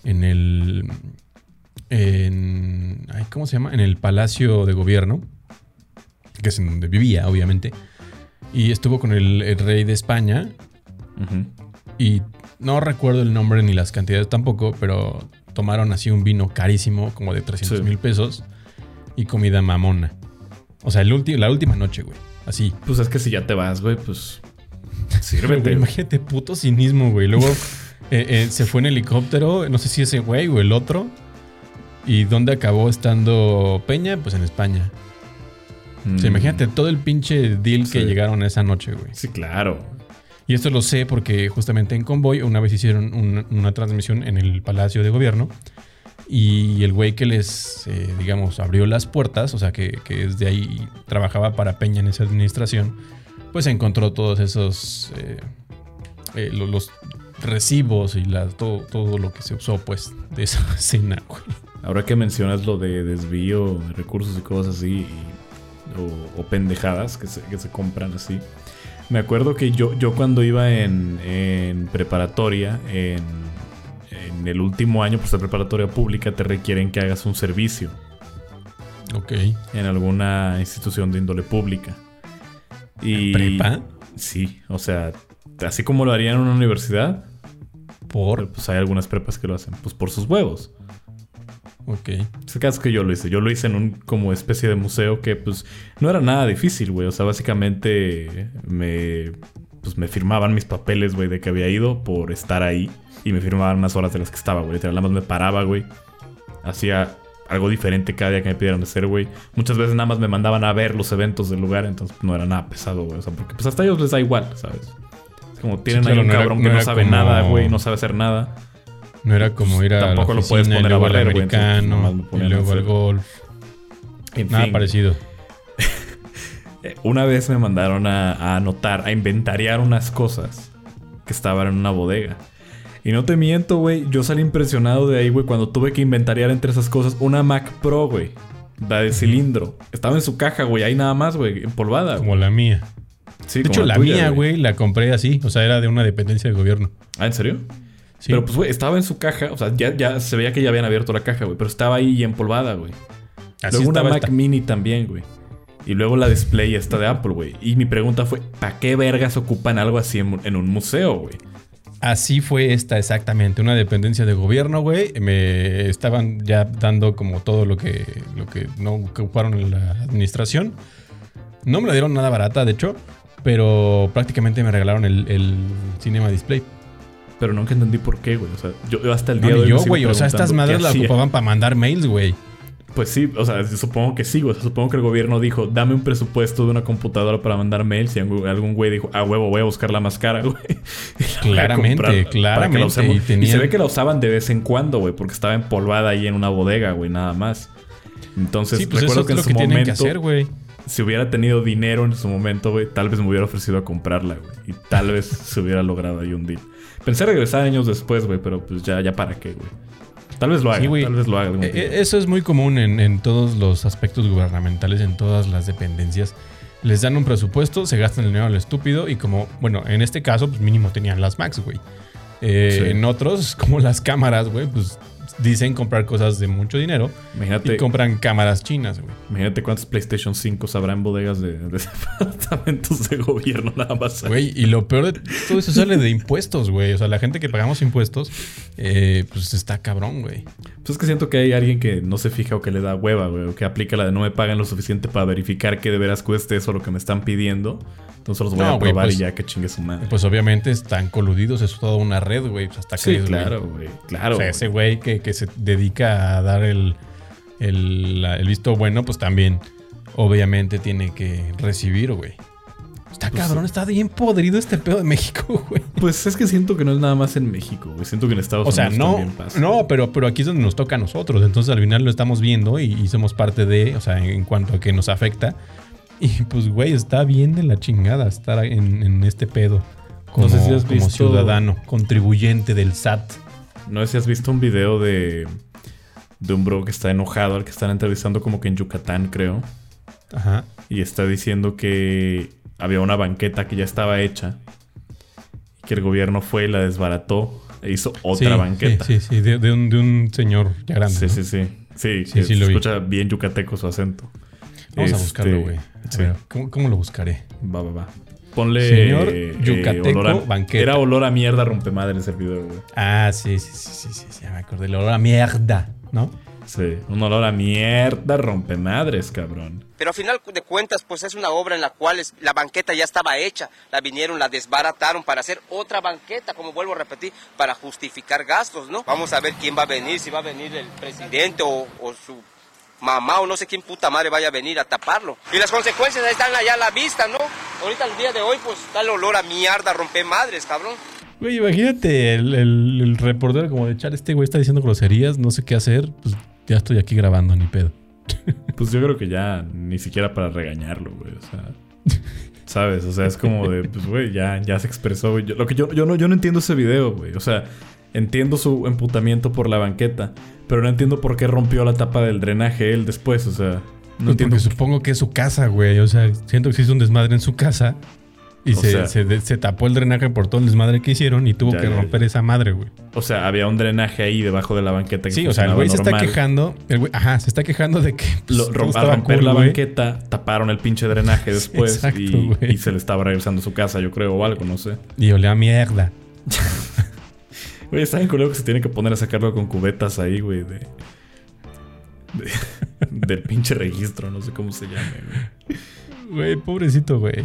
¿cómo se llama? En el Palacio de Gobierno, que es en donde vivía, obviamente. Y estuvo con el rey de España. Uh-huh. Y no recuerdo el nombre ni las cantidades tampoco, pero tomaron así un vino carísimo, como de $300,000 y comida mamona. O sea, la última noche, güey. Así. Pues es que si ya te vas, güey, pues sírvete. Imagínate, puto cinismo, güey. Luego se fue en helicóptero, no sé si ese güey o el otro. ¿Y dónde acabó estando Peña? Pues en España. O sea, imagínate todo el pinche deal que llegaron esa noche, güey. Sí, claro. Y esto lo sé porque justamente en Convoy una vez hicieron una transmisión en el Palacio de Gobierno. Y el güey que les, abrió las puertas, o sea, que desde ahí trabajaba para Peña en esa administración, pues encontró todos esos, los recibos y todo lo que se usó, pues, de esa cena, güey. Ahora que mencionas lo de desvío de recursos y cosas así, o pendejadas que se compran así, me acuerdo que yo cuando iba en preparatoria, en el último año, pues de preparatoria pública, te requieren que hagas un servicio. Ok. En alguna institución de índole pública. ¿En prepa? Sí, o sea, así como lo harían en una universidad. Pues hay algunas prepas que lo hacen, pues por sus huevos. Ok. Es el caso que yo lo hice. Yo lo hice en un como especie de museo que pues no era nada difícil, güey. O sea, básicamente me firmaban mis papeles, güey, de que había ido por estar ahí. Y me firmaban unas horas de las que estaba, güey. Nada más me paraba, güey. Hacía algo diferente cada día que me pidieran hacer, güey. Muchas veces nada más me mandaban a ver los eventos del lugar. Entonces no era nada pesado, güey. O sea, porque pues hasta a ellos les da igual, ¿sabes? Es como tienen ahí un cabrón que no sabe nada, güey. No sabe hacer nada. No era como ir a tampoco la lo puedes oficina, poner y a luego al barrer, güey. americano, y luego al golf. Nada parecido. Una vez me mandaron a anotar, a inventariar unas cosas que estaban en una bodega. Y no te miento, güey. Yo salí impresionado de ahí, güey, cuando tuve que inventariar entre esas cosas una Mac Pro, güey. La de cilindro. Estaba en su caja, güey. Ahí nada más, güey. Empolvada. Como la mía. Sí, de hecho, la tuya, mía, güey, la compré así. O sea, era de una dependencia de gobierno. ¿Ah, en serio? Sí. Pero pues, güey, estaba en su caja. O sea, ya se veía que ya habían abierto la caja, güey. Pero estaba ahí empolvada, güey. Así luego una Mac esta. Mini también, güey. Y luego la display esta de Apple, güey. Y mi pregunta fue, ¿para qué vergas ocupan algo así en un museo, güey? Así fue esta exactamente, una dependencia de gobierno, güey. Me estaban ya dando como todo lo que no ocuparon en la administración. No me lo dieron nada barata, de hecho, pero prácticamente me regalaron el Cinema Display. Pero nunca entendí por qué, güey. O sea, yo hasta el día de hoy yo, güey, o sea, estas madres las ocupaban para mandar mails, güey. Pues sí, o sea, supongo que sí, güey. O sea, supongo que el gobierno dijo, dame un presupuesto de una computadora para mandar mails. Y algún güey dijo, huevo, voy a buscar la más cara, güey. Claramente. Y se ve que la usaban de vez en cuando, güey, porque estaba empolvada ahí en una bodega, güey, nada más. Entonces, sí, pues recuerdo eso que es en lo su que momento, que hacer, güey. Si hubiera tenido dinero en su momento, güey, tal vez me hubiera ofrecido a comprarla, güey. Y tal vez se hubiera logrado ahí un deal. Pensé regresar años después, güey, pero pues ya para qué, güey. Tal vez lo haga, sí, tal vez lo haga. Eso es muy común en todos los aspectos gubernamentales, en todas las dependencias. Les dan un presupuesto, se gastan el dinero al estúpido y como, bueno, en este caso, pues mínimo tenían las Macs, güey. Sí. En otros, como las cámaras, güey, pues dicen comprar cosas de mucho dinero. Imagínate, y compran cámaras chinas, güey. Imagínate cuántos PlayStation 5 habrá en bodegas de departamentos de gobierno nada más. Güey, y lo peor de todo eso sale de impuestos, güey. O sea, la gente que pagamos impuestos, pues está cabrón, güey. Pues es que siento que hay alguien que no se fija o que le da hueva, güey. O que aplica la de no me pagan lo suficiente para verificar que de veras cueste eso lo que me están pidiendo. Entonces los voy a probar, pues, y ya que chingue su madre. Pues obviamente están coludidos, es toda una red, güey. Pues hasta sí, claro, güey. Claro. O sea, ese güey que se dedica a dar el visto bueno, pues también obviamente tiene que recibir, güey. Está pues cabrón, está bien podrido este pedo de México, güey. Pues es que siento que no es nada más en México, güey. Siento que en Estados Unidos también pasa. No, pero aquí es donde nos toca a nosotros. Entonces al final lo estamos viendo y somos parte de, o sea, en cuanto a que nos afecta. Y pues, güey, está bien de la chingada estar en este pedo. Como, no sé si has visto, como ciudadano, contribuyente del SAT. No sé si has visto un video de un bro que está enojado, al que están entrevistando como que en Yucatán, creo. Ajá. Y está diciendo que había una banqueta que ya estaba hecha. Y que el gobierno fue y la desbarató e hizo otra banqueta. Sí, de un señor ya grande. Sí, ¿no? Sí, se escucha bien yucateco su acento. Vamos a buscarlo, güey. Sí. ¿Cómo lo buscaré? Va. Ponle... Señor yucateco banqueta. Era olor a mierda rompemadres el video, güey. Ah, sí, ya me acordé. El olor a mierda, ¿no? Sí, un olor a mierda rompemadres, cabrón. Pero al final de cuentas, pues es una obra en la cual la banqueta ya estaba hecha. La vinieron, la desbarataron para hacer otra banqueta, como vuelvo a repetir, para justificar gastos, ¿no? Vamos a ver quién va a venir, si va a venir el presidente o su mamá o no sé quién puta madre vaya a venir a taparlo. Y las consecuencias están allá a la vista, ¿no? Ahorita el día de hoy, pues está el olor a mierda, rompemadres, cabrón. Güey, imagínate el reportero como de echar, este güey está diciendo groserías, no sé qué hacer, pues ya estoy aquí grabando, ni pedo. Pues yo creo que ya ni siquiera para regañarlo, güey, o sea, ¿sabes? O sea, es como de, pues güey, ya se expresó, güey. Yo no entiendo ese video, güey, o sea, entiendo su emputamiento por la banqueta, pero no entiendo por qué rompió la tapa del drenaje él después, o sea, no entiendo. Porque supongo que es su casa, güey, o sea, siento que se hizo un desmadre en su casa. Y se tapó el drenaje por todo el desmadre que hicieron y tuvo que romper esa madre, güey. O sea, había un drenaje ahí debajo de la banqueta que sí, o sea, el güey se está quejando. Se está quejando de que al romper la banqueta, taparon el pinche drenaje después. Exacto, y se le estaba regresando a su casa, yo creo, o algo, no sé. Y olía a mierda. Güey, está bien culero que se tiene que poner a sacarlo con cubetas ahí, güey, del pinche registro, no sé cómo se llame, güey. Güey, pobrecito, güey.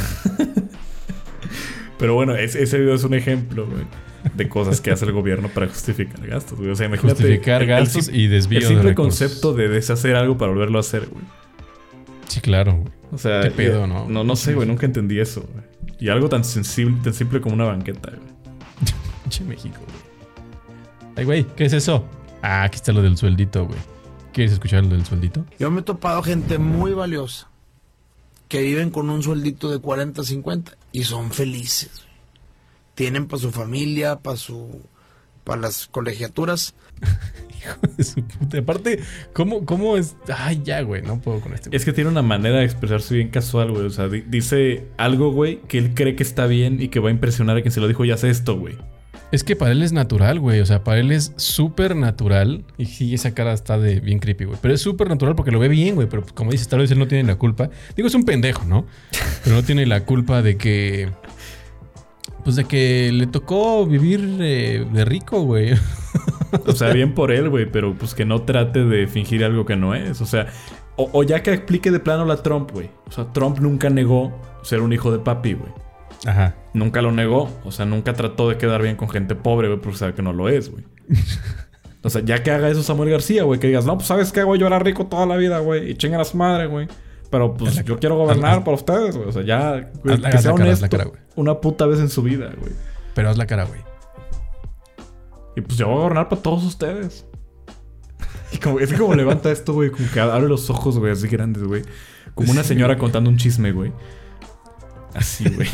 Pero bueno, ese video es un ejemplo, güey, de cosas que hace el gobierno para justificar gastos, güey. O sea, imagínate. Justificar gastos y desvío de recursos. El simple concepto de deshacer algo para volverlo a hacer, güey. Sí, claro, güey. O sea, ¿qué pedo, no? No sé, güey, nunca entendí eso, güey. Y algo tan simple como una banqueta, güey. Pinche México, güey. Ay, güey, ¿qué es eso? Ah, aquí está lo del sueldito, güey. ¿Quieres escuchar lo del sueldito? Yo me he topado gente muy valiosa que viven con un sueldito de 40, 50 y son felices. Tienen para su familia, para las colegiaturas. Hijo de su puta. Aparte, ¿cómo es? Ay, ya, güey, no puedo con este. Es que tiene una manera de expresarse bien casual, güey. O sea, dice algo, güey, que él cree que está bien y que va a impresionar a quien se lo dijo, ya hace esto, güey. Es que para él es natural, güey. O sea, para él es súper natural. Y sí, esa cara está de bien creepy, güey. Pero es súper natural porque lo ve bien, güey. Pero como dices, tal vez él no tiene la culpa. Digo, es un pendejo, ¿no? Pero no tiene la culpa de que... Pues de que le tocó vivir de rico, güey. O sea, bien por él, güey. Pero pues que no trate de fingir algo que no es. O sea, o ya que explique de plano la Trump, güey. O sea, Trump nunca negó ser un hijo de papi, güey. Ajá. Nunca lo negó. O sea, nunca trató de quedar bien con gente pobre, güey, porque sabe que no lo es, güey. O sea, ya que haga eso Samuel García, güey, que digas, no, pues ¿sabes qué, güey? Yo era rico toda la vida, güey. Y chingan a su madre, güey. Pero pues yo quiero gobernar para ustedes, güey. O sea, ya, güey, que sea honesto una puta vez en su vida, güey. Pero haz la cara, güey. Y pues yo voy a gobernar para todos ustedes. Y como, es que como levanta esto, güey, como que abre los ojos, güey, así grandes, güey. Como una señora contando un chisme, güey. Así, güey.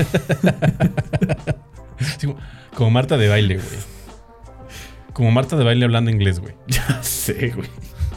Sí, como Marta de baile, güey. Como Marta de baile hablando inglés, güey. Ya sé, güey.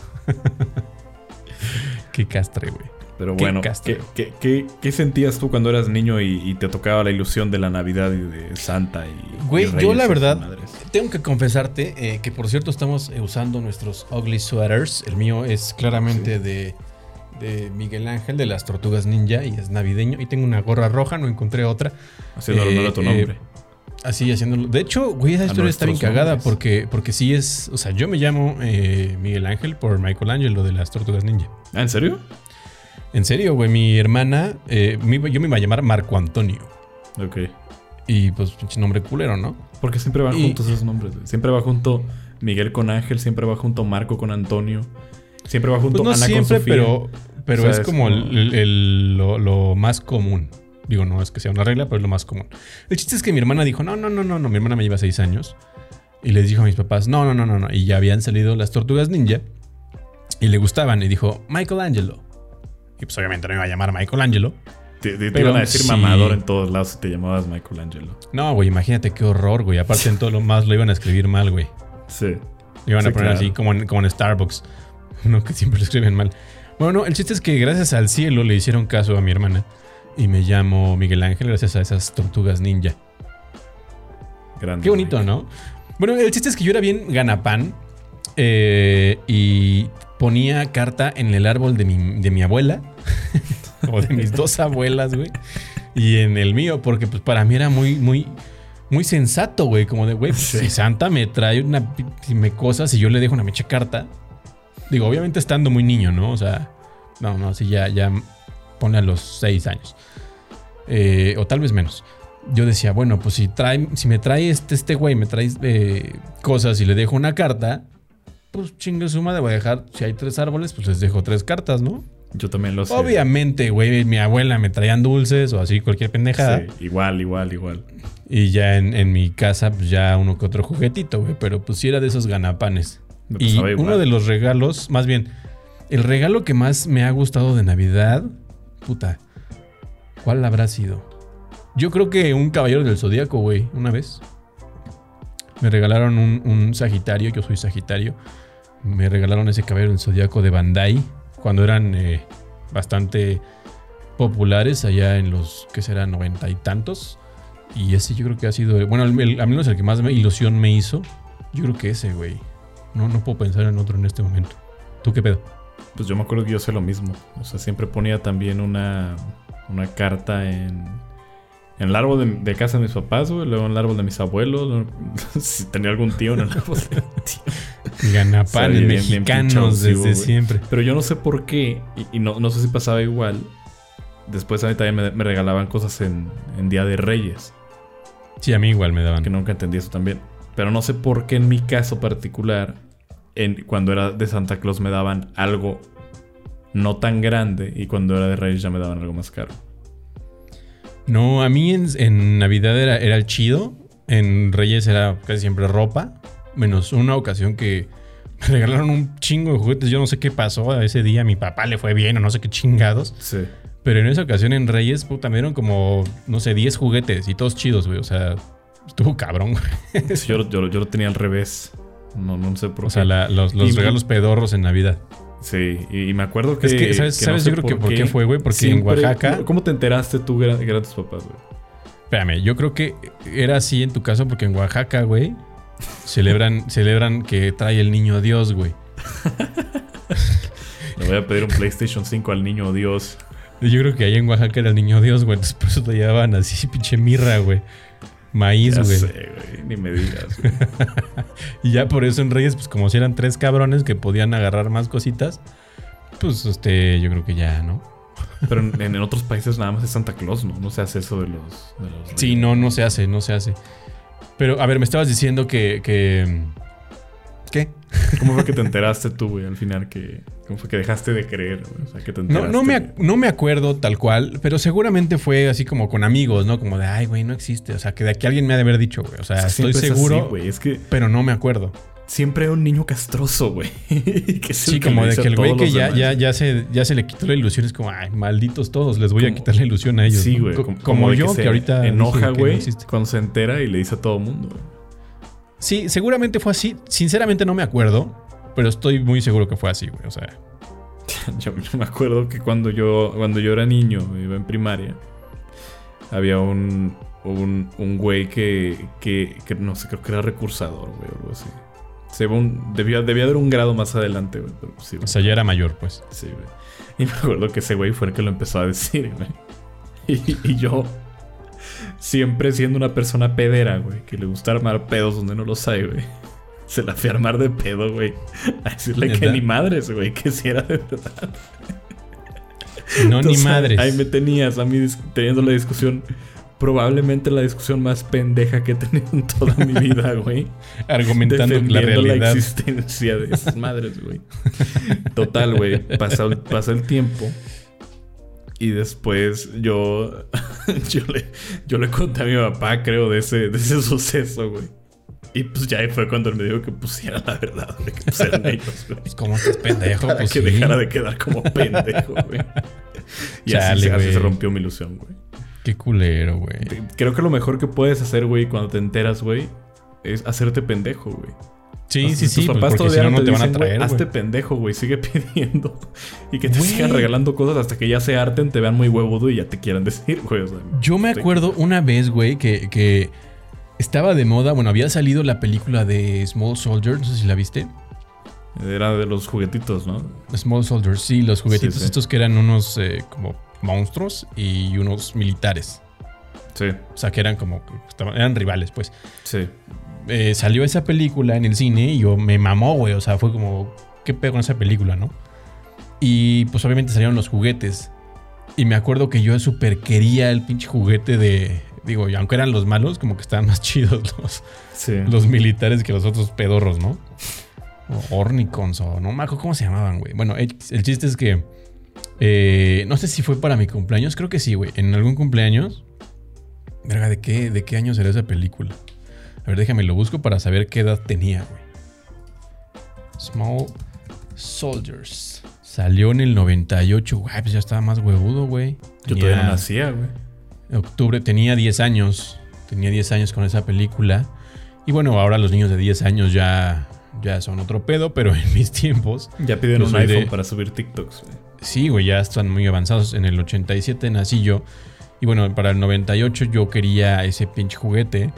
Qué castre, güey. Pero bueno, ¿qué sentías tú cuando eras niño y te tocaba la ilusión de la Navidad y de Santa y güey, Reyes, yo la verdad tengo que confesarte que por cierto estamos usando nuestros ugly sweaters. El mío es claramente de Miguel Ángel, de las Tortugas Ninja, y es navideño. Y tengo una gorra roja, no encontré otra. Haciendo honor a tu nombre. Así, haciéndolo. De hecho, güey, esa historia está bien cagada porque sí es... O sea, yo me llamo Miguel Ángel por Michelangelo de las Tortugas Ninja. ¿Ah, en serio? En serio, güey. Mi hermana... yo me iba a llamar Marco Antonio. Ok. Y pues, pinche nombre culero, ¿no? Porque siempre van juntos esos nombres, güey. Siempre va junto Miguel con Ángel, siempre va junto Marco con Antonio. Siempre va junto pues no Ana siempre, con Sofía. pero o sea, es como lo más común. Digo, no es que sea una regla, pero es lo más común. El chiste es que mi hermana dijo, no. Mi hermana me lleva 6 años. Y les dijo a mis papás, no. Y ya habían salido las Tortugas Ninja. Y le gustaban. Y dijo, Michelangelo. Y pues obviamente no me iba a llamar Michelangelo. Te iban a decir mamador en todos lados si te llamabas Michelangelo. No, güey, imagínate qué horror, güey. Aparte en todo lo más lo iban a escribir mal, güey. Sí. Lo iban a poner así como en Starbucks. No, que siempre lo escriben mal. Bueno, no, el chiste es que gracias al cielo le hicieron caso a mi hermana. Y me llamo Miguel Ángel gracias a esas Tortugas Ninja. Grande. Qué bonito, ¿no? Bueno, el chiste es que yo era bien ganapán. Y ponía carta en el árbol de mi abuela. O de mis 2 abuelas, güey. Y en el mío, porque pues para mí era muy sensato, güey. Como de, güey, pues, si Santa me trae cosas y yo le dejo una mecha carta. Digo, obviamente estando muy niño, ¿no? O sea, no, si ya pone a los 6 años. O tal vez menos. Yo decía, bueno, pues si me trae este güey, me trae cosas y le dejo una carta, pues chingue su madre, voy a dejar, si hay 3 árboles, pues les dejo 3 cartas, ¿no? Yo también lo sé. Obviamente, güey, mi abuela me traían dulces o así, cualquier pendejada. Sí, igual. Y ya en mi casa, pues ya uno que otro juguetito, güey, pero pues sí era de esos ganapanes. Y uno de los regalos, más bien, el regalo que más me ha gustado de Navidad, puta, ¿cuál habrá sido? Yo creo que un Caballero del Zodíaco, güey, una vez. Me regalaron un Sagitario, yo soy Sagitario. Me regalaron ese Caballero del Zodíaco de Bandai cuando eran bastante populares allá en los, ¿qué será? 90 y tantos. Y ese yo creo que ha sido, bueno, al menos el que más ilusión me hizo. Yo creo que ese, güey. No puedo pensar en otro en este momento. ¿Tú qué pedo? Pues yo me acuerdo que yo sé lo mismo. O sea, siempre ponía también una carta en el árbol de casa de mis papás, güey. Luego en el árbol de mis abuelos. Si tenía algún tío en el árbol de mi tío. Ganapanes mexicanos bien desde siempre. Pero yo no sé por qué. Y no sé si pasaba igual. Después a mí también me regalaban cosas en Día de Reyes. Sí, a mí igual me daban. Que nunca entendí eso también. Pero no sé por qué en mi caso particular, cuando era de Santa Claus me daban algo no tan grande. Y cuando era de Reyes ya me daban algo más caro. No, a mí en Navidad era el chido. En Reyes era casi siempre ropa. menos una ocasión que me regalaron un chingo de juguetes. Yo no sé qué pasó ese día. A mi papá le fue bien o no sé qué chingados. Sí. Pero en esa ocasión en Reyes, puta, me dieron como, no sé, 10 juguetes y todos chidos, güey. O sea, estuvo cabrón, güey. Sí, yo lo tenía al revés. No sé por qué. O sea, los regalos pedorros en Navidad. Sí, y me acuerdo que... Es que, ¿sabes? No sé Yo creo que por qué fue, güey. Porque siempre, en Oaxaca... ¿Cómo te enteraste tú que eran tus papás, güey? Espérame, yo creo que era así en tu caso porque en Oaxaca, güey, celebran que trae el niño Dios, güey. Le voy a pedir un PlayStation 5 al niño Dios. Yo creo que ahí en Oaxaca era el niño Dios, güey. Entonces por eso te llevaban así, pinche mirra, güey. Maíz, ya güey. Sé, güey. Ni me digas, güey. Y ya por eso en Reyes, pues como si eran 3 cabrones que podían agarrar más cositas, pues yo creo que ya, ¿no? Pero en otros países nada más es Santa Claus, ¿no? No se hace eso de los sí, no se hace. Pero, a ver, me estabas diciendo que... ¿Qué? ¿Cómo fue que te enteraste tú, güey, al final? ¿Cómo fue que dejaste de creer, güey? O sea, que te enteraste. No me acuerdo tal cual, pero seguramente fue así como con amigos, ¿no? Como de, ay, güey, no existe. O sea, que de aquí alguien me ha de haber dicho, güey. O sea, estoy seguro, así, güey. Es que pero no me acuerdo. Siempre hay un niño castroso, güey. Sí, como de que el güey que ya se le quitó la ilusión. Es como, ay, malditos todos, les voy a quitar la ilusión a ellos. Sí, güey. Como yo, que ahorita enoja, güey, cuando se entera y le dice a todo mundo, güey. Sí, seguramente fue así. Sinceramente no me acuerdo, pero estoy muy seguro que fue así, güey. O sea, yo me acuerdo que cuando yo era niño, iba en primaria, había un güey que no sé, creo que era recursador, güey, o algo así. Debía haber un grado más adelante, güey. Pero sí, güey. O sea, ya era mayor, pues. Sí, güey. Y me acuerdo que ese güey fue el que lo empezó a decir, güey. Y yo, siempre siendo una persona pedera, güey, que le gusta armar pedos donde no los hay, güey, se la fui a armar de pedo, güey, a decirle que ni madres, güey, que si era de verdad. No, entonces, ni madres. Ahí me tenías a mí teniendo la discusión, probablemente la discusión más pendeja que he tenido en toda mi vida, güey. Argumentando la realidad. La existencia de esas madres, güey. Total, güey. Pasó el tiempo. Y después yo le conté a mi papá, creo, de ese suceso, güey. Y pues ya ahí fue cuando él me dijo que pusiera la verdad, güey. Que pusieran ellos, güey. Pues como estás pendejo, para pues que dejara de quedar como pendejo, güey. Y chale, así se rompió mi ilusión, güey. Qué culero, güey. Creo que lo mejor que puedes hacer, güey, cuando te enteras, güey, es hacerte pendejo, güey. Sí, sí, tus papás porque si no te van a traer, hazte pendejo, güey, sigue pidiendo. Y que te sigan regalando cosas hasta que ya se harten, te vean muy huevudo y ya te quieran decir, güey. O sea, yo me acuerdo una vez, güey, que estaba de moda. Bueno, había salido la película de Small Soldiers, no sé si la viste. Era de los juguetitos, ¿no? Small Soldiers, sí, los juguetitos estos que eran unos como monstruos y unos militares. Sí. O sea, que eran como... eran rivales, pues. Sí. Salió esa película en el cine y yo me mamó, güey. O sea, fue como... ¿Qué pedo con esa película, no? Y pues obviamente salieron los juguetes. Y me acuerdo que yo súper quería el pinche juguete de... Digo, y aunque eran los malos, como que estaban más chidos los militares que los otros pedorros, ¿no? O Ornicons o... No me acuerdo cómo se llamaban, güey. Bueno, el chiste es que... no sé si fue para mi cumpleaños. Creo que sí, güey. En algún cumpleaños... Verga, ¿de qué año será esa película? A ver, déjame, lo busco para saber qué edad tenía, güey. Small Soldiers. Salió en el 98, güey. Pues ya estaba más huevudo, güey. Yo todavía no nacía, güey. En octubre tenía 10 años. Tenía 10 años con esa película. Y bueno, ahora los niños de 10 años ya son otro pedo, pero en mis tiempos... Ya piden un iPhone para subir TikToks, güey. Sí, güey, ya están muy avanzados. En el 87 nací yo. Y bueno, para el 98 yo quería ese pinche juguete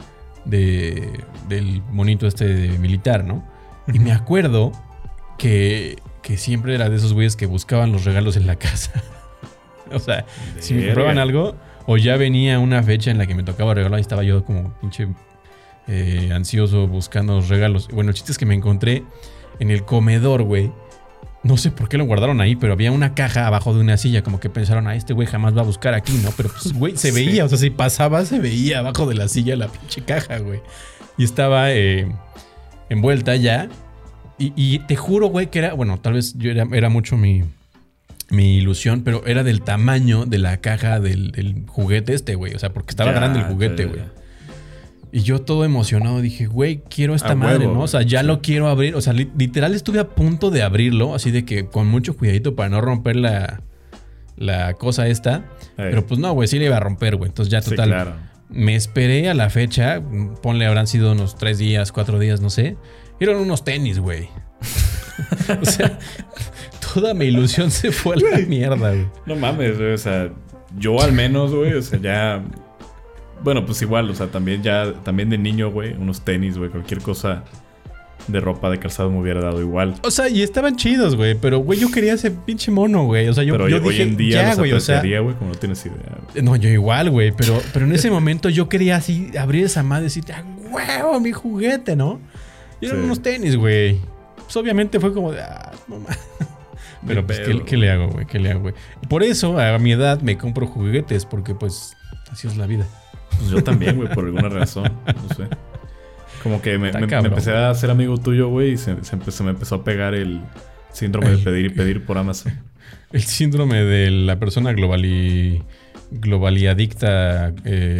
del monito de militar, ¿no? Y me acuerdo que siempre era de esos güeyes que buscaban los regalos en la casa. O sea, si me compraban algo o ya venía una fecha en la que me tocaba regalar, ahí estaba yo como pinche ansioso buscando los regalos. Bueno, el chiste es que me encontré en el comedor, güey. No sé por qué lo guardaron ahí, pero había una caja abajo de una silla. Como que pensaron, este güey jamás va a buscar aquí, ¿no? Pero pues, güey, se veía. O sea, si pasaba, se veía abajo de la silla la pinche caja, güey. Y estaba envuelta ya. Y te juro, güey, que era... Bueno, tal vez yo era mucho mi ilusión, pero era del tamaño de la caja del juguete güey. O sea, porque estaba grande el juguete, güey. Y yo todo emocionado dije, güey, quiero esta madre, ¿no? O sea, ya lo quiero abrir. O sea, literal estuve a punto de abrirlo, así de que con mucho cuidadito para no romper la cosa esta. Pero pues no, güey, sí le iba a romper, güey. Entonces ya total. Sí, claro. Me esperé a la fecha. Ponle, habrán sido unos 3 días, 4 días, no sé. Eran unos tenis, güey. O sea, toda mi ilusión se fue a la mierda, güey. No mames, güey. O sea, yo al menos, güey, o sea, ya... Bueno, pues igual, o sea, también de niño, güey, unos tenis, güey, cualquier cosa de ropa, de calzado me hubiera dado igual. O sea, y estaban chidos, güey, pero, güey, yo quería ese pinche mono, güey. O sea, yo dije, hoy en día ya, güey, o sea... güey, como no tienes idea. Güey. No, yo igual, güey, pero en ese momento yo quería así abrir esa madre y decir, huevo, mi juguete, ¿no? Y eran unos tenis, güey. Pues obviamente fue como de, mamá. Pero pues, ¿qué le hago, güey? ¿Qué le hago, güey? Por eso, a mi edad, me compro juguetes, porque pues así es la vida. Pues yo también, güey, por alguna razón. No sé. Como que me empecé a hacer amigo tuyo, güey, y se me empezó a pegar el síndrome de pedir y pedir por Amazon. El síndrome de la persona global y adicta.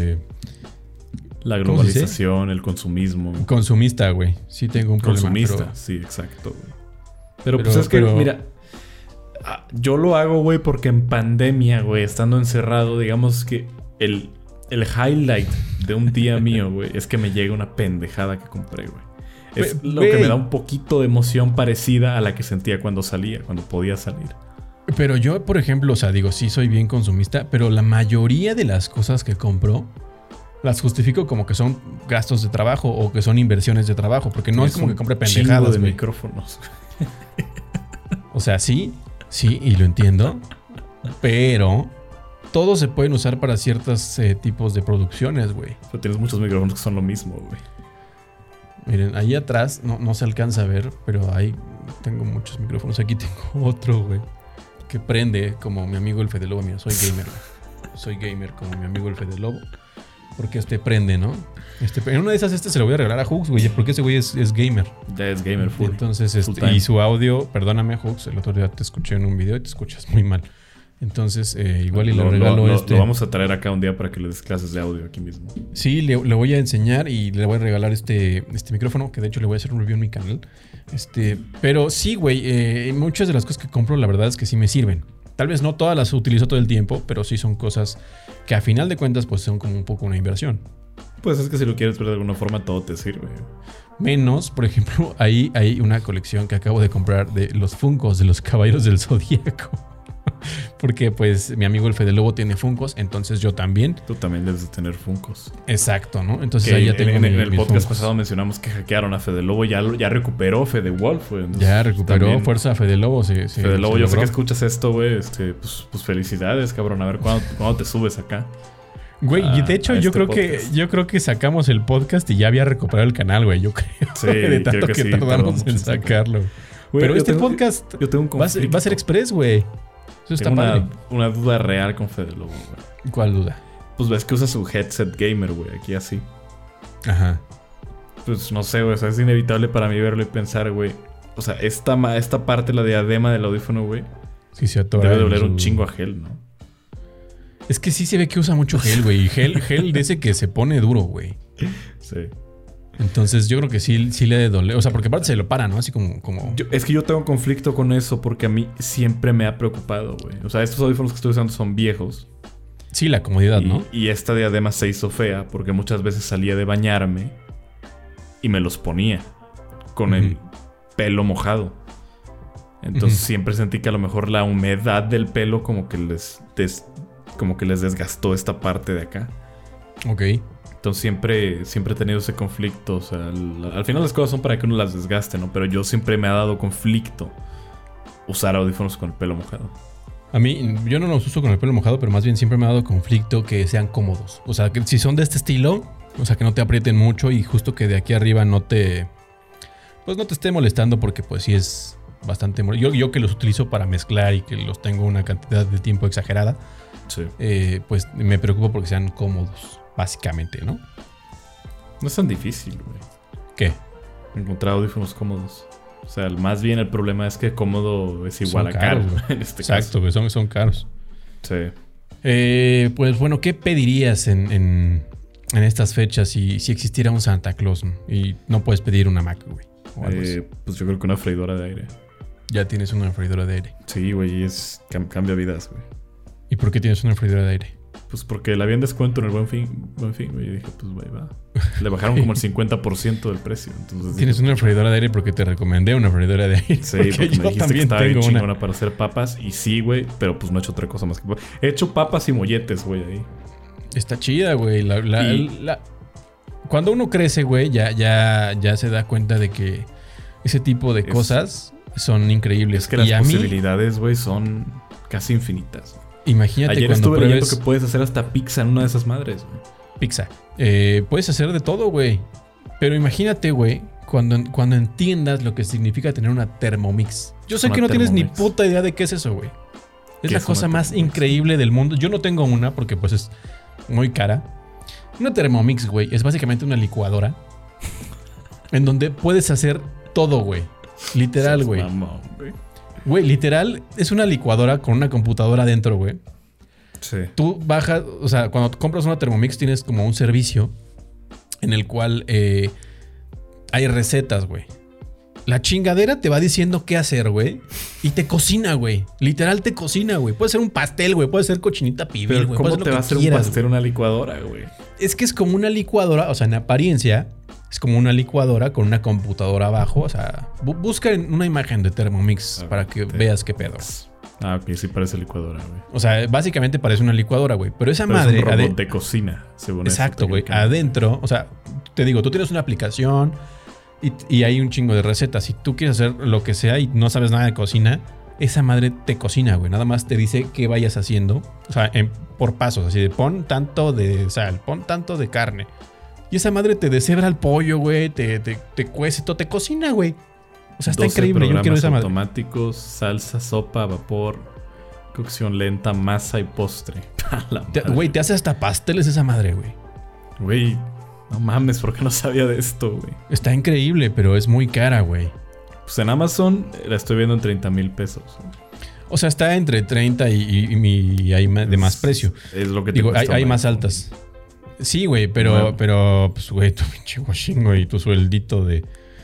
La globalización, el consumismo. Consumista, güey. Sí tengo un problema. Consumista, sí, exacto, güey. Pero pues es que, mira, yo lo hago, güey, porque en pandemia, güey, estando encerrado, digamos que el highlight de un día mío, güey, es que me llega una pendejada que compré, güey. Es lo que me da un poquito de emoción parecida a la que sentía cuando podía salir. Pero yo, por ejemplo, o sea, digo, sí soy bien consumista, pero la mayoría de las cosas que compro las justifico como que son gastos de trabajo o que son inversiones de trabajo, porque no es como que compre pendejadas, de micrófonos. O sea, sí, y lo entiendo, pero todos se pueden usar para ciertos tipos de producciones, güey. Pero tienes muchos micrófonos que son lo mismo, güey. Miren, ahí atrás no se alcanza a ver, pero ahí tengo muchos micrófonos. Aquí tengo otro, güey, que prende como mi amigo el Fede Lobo. Mira, soy gamer, güey. Soy gamer como mi amigo el Fede Lobo. Porque prende, ¿no? En una de esas se lo voy a regalar a Hux, güey. Porque ese güey es gamer. Ya es gamer full. Entonces, y su audio, perdóname, Hux, el otro día te escuché en un video y te escuchas muy mal. Entonces, igual y le regalo Lo vamos a traer acá un día para que le des clases de audio aquí mismo. Sí, le voy a enseñar y le voy a regalar este micrófono, que de hecho le voy a hacer un review en mi canal. Pero sí, güey, muchas de las cosas que compro, la verdad es que sí me sirven. Tal vez no todas las utilizo todo el tiempo, pero sí son cosas que a final de cuentas pues son como un poco una inversión. Pues es que si lo quieres ver de alguna forma todo te sirve. Menos, por ejemplo, ahí hay una colección que acabo de comprar de los Funkos de los Caballeros del Zodíaco. Porque pues mi amigo el Fede Lobo tiene Funkos, entonces yo también. Tú también debes de tener Funkos. Exacto, ¿no? Entonces ahí ya tengo en el podcast Funkos. Pasado mencionamos que hackearon a Fede Lobo. Ya recuperó Fede Wolf, güey. Ya recuperó también, fuerza a Fede Lobo. Fede Lobo, yo sé que escuchas esto, güey. Pues felicidades, cabrón. A ver cuándo te subes acá. Güey, y de hecho yo creo que sacamos el podcast y ya había recuperado el canal, güey. Yo creo. Sí, de tanto que tardamos en sacarlo. Güey, pero podcast yo tengo un va a ser express, güey. Eso está padre. Una duda real con Fede Lobo, güey. ¿Cuál duda? Pues ves que usa su headset gamer, güey, aquí así. Ajá. Pues no sé, güey, o sea, es inevitable para mí verlo y pensar, güey. O sea, esta parte, la diadema del audífono, güey. Sí, se atora. Debe doler un chingo a gel, ¿no? Es que sí se ve que usa mucho gel, güey. Y gel de ese que se pone duro, güey. Sí. Entonces yo creo que sí le debe doler. O sea, porque aparte se lo para, ¿no? Así como... Es que yo tengo conflicto con eso porque a mí siempre me ha preocupado, güey. O sea, estos audífonos que estoy usando son viejos. Sí, la comodidad, ¿no? Y esta diadema se hizo fea porque muchas veces salía de bañarme y me los ponía con el pelo mojado. Entonces siempre sentí que a lo mejor la humedad del pelo como que les desgastó esta parte de acá. Ok. Entonces siempre he tenido ese conflicto. O sea, al final las cosas son para que uno las desgaste, ¿no? Pero yo siempre me ha dado conflicto usar audífonos con el pelo mojado. A mí, yo no los uso con el pelo mojado, pero más bien siempre me ha dado conflicto que sean cómodos. O sea, que si son de este estilo, o sea, que no te aprieten mucho y justo que de aquí arriba no te esté molestando porque pues sí es bastante... Yo que los utilizo para mezclar y que los tengo una cantidad de tiempo exagerada, sí. Pues me preocupo porque sean cómodos. Básicamente, ¿no? No es tan difícil, güey. ¿Qué? Encontrar audífonos cómodos. O sea, más bien el problema es que cómodo es igual a caro, en este Exacto, caso. Son caros. Sí. Pues bueno, ¿qué pedirías en en estas fechas si existiera un Santa Claus, ¿no? Y no puedes pedir una Mac, güey. Pues yo creo que una freidora de aire. Ya tienes una freidora de aire. Sí, güey, cambia vidas, güey. ¿Y por qué tienes una freidora de aire? Pues porque la había en descuento en el Buen Fin, güey. Y dije, pues, güey, va. Le bajaron como el 50% del precio. Entonces tienes una freidora de aire porque te recomendé una freidora de aire. Sí, porque me dijiste que estaba bien chingona para hacer papas. Y sí, güey, pero pues no he hecho otra cosa más que papas. He hecho papas y molletes, güey, ahí. Está chida, güey. Cuando uno crece, güey, ya se da cuenta de que ese tipo de cosas son increíbles. Es que las posibilidades, güey, son casi infinitas. Imagínate ayer cuando estuve leyendo que puedes hacer hasta pizza en una de esas madres, güey. Pizza. Puedes hacer de todo, güey. Pero imagínate, güey, cuando entiendas lo que significa tener una Thermomix. Yo sé que no tienes ni puta idea de qué es eso, güey. Es la cosa más increíble del mundo. Yo no tengo una porque pues es muy cara. Una Thermomix, güey, es básicamente una licuadora en donde puedes hacer todo, güey. Literal, güey. Güey, literal, es una licuadora con una computadora adentro, güey. Sí. Tú bajas, o sea, cuando compras una Thermomix tienes como un servicio en el cual hay recetas, güey. La chingadera te va diciendo qué hacer, güey. Y te cocina, güey. Literal te cocina, güey. Puede ser un pastel, güey. Puede ser cochinita pibil, güey. ¿Cómo te va a hacer un pastel una licuadora, güey? Es que es como una licuadora, o sea, en apariencia es como una licuadora con una computadora abajo. O sea, busca una imagen de Thermomix para que veas qué pedo. Ok, sí parece licuadora, güey. O sea, básicamente parece una licuadora, güey. Pero esa madre... es un robot de cocina, según eso. Exacto, güey. Adentro, o sea, te digo, tú tienes una aplicación y hay un chingo de recetas. Si tú quieres hacer lo que sea y no sabes nada de cocina, esa madre te cocina, güey. Nada más te dice qué vayas haciendo. O sea, por pasos. Así de pon tanto de sal, pon tanto de carne. Y esa madre te deshebra el pollo, güey. Te cuece todo. Te cocina, güey. O sea, está increíble. Yo quiero esa madre. Automáticos, salsa, sopa, vapor, cocción lenta, masa y postre. Güey, te hace hasta pasteles esa madre, güey. Güey, no mames, ¿por qué no sabía de esto, güey? Está increíble, pero es muy cara, güey. Pues en Amazon la estoy viendo en 30,000 pesos. O sea, está entre 30 y hay de más precio. Es lo que te digo, hay más altas. Sí, güey, pero pues, güey, tu pinche washing, güey, tu sueldito de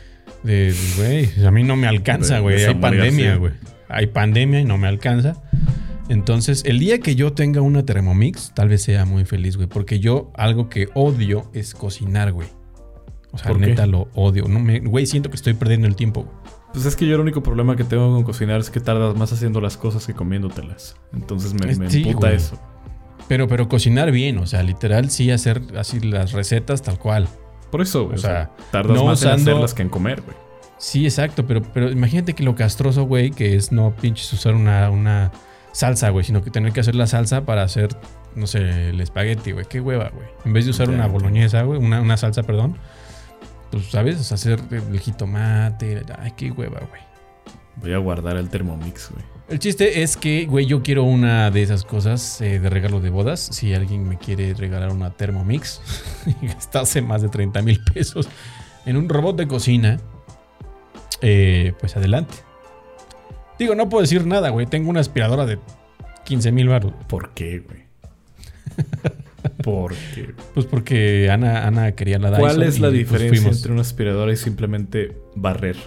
güey, a mí no me alcanza, güey. Hay pandemia, güey. Hay pandemia y no me alcanza. Entonces, el día que yo tenga una Thermomix, tal vez sea muy feliz, güey. Porque yo, algo que odio es cocinar, güey. O sea, neta, lo odio. Güey, siento que estoy perdiendo el tiempo, güey. Pues es que yo el único problema que tengo con cocinar es que tardas más haciendo las cosas que comiéndotelas. Entonces me emputa eso. Pero cocinar bien, o sea, literal sí hacer así las recetas tal cual. Por eso, güey. O sea, tardas más en hacerlas que en comer, güey. Sí, exacto, pero imagínate que lo castroso, güey, que es no pinches usar una salsa, güey, sino que tener que hacer la salsa para hacer, no sé, el espagueti, güey. Qué hueva, güey. En vez de usar una boloñesa, güey, una salsa, perdón. Pues, ¿sabes? O sea, hacer el jitomate. Ay, qué hueva, güey. Voy a guardar el Thermomix, güey. El chiste es que, güey, yo quiero una de esas cosas de regalo de bodas. Si alguien me quiere regalar una Thermomix y gastarse más de 30,000 pesos en un robot de cocina, pues adelante. Digo, no puedo decir nada, güey. Tengo una aspiradora de 15,000 baros. ¿Por qué, güey? ¿Por qué? Pues porque Ana quería la Dyson. ¿Cuál es la diferencia entre una aspiradora y simplemente barrer?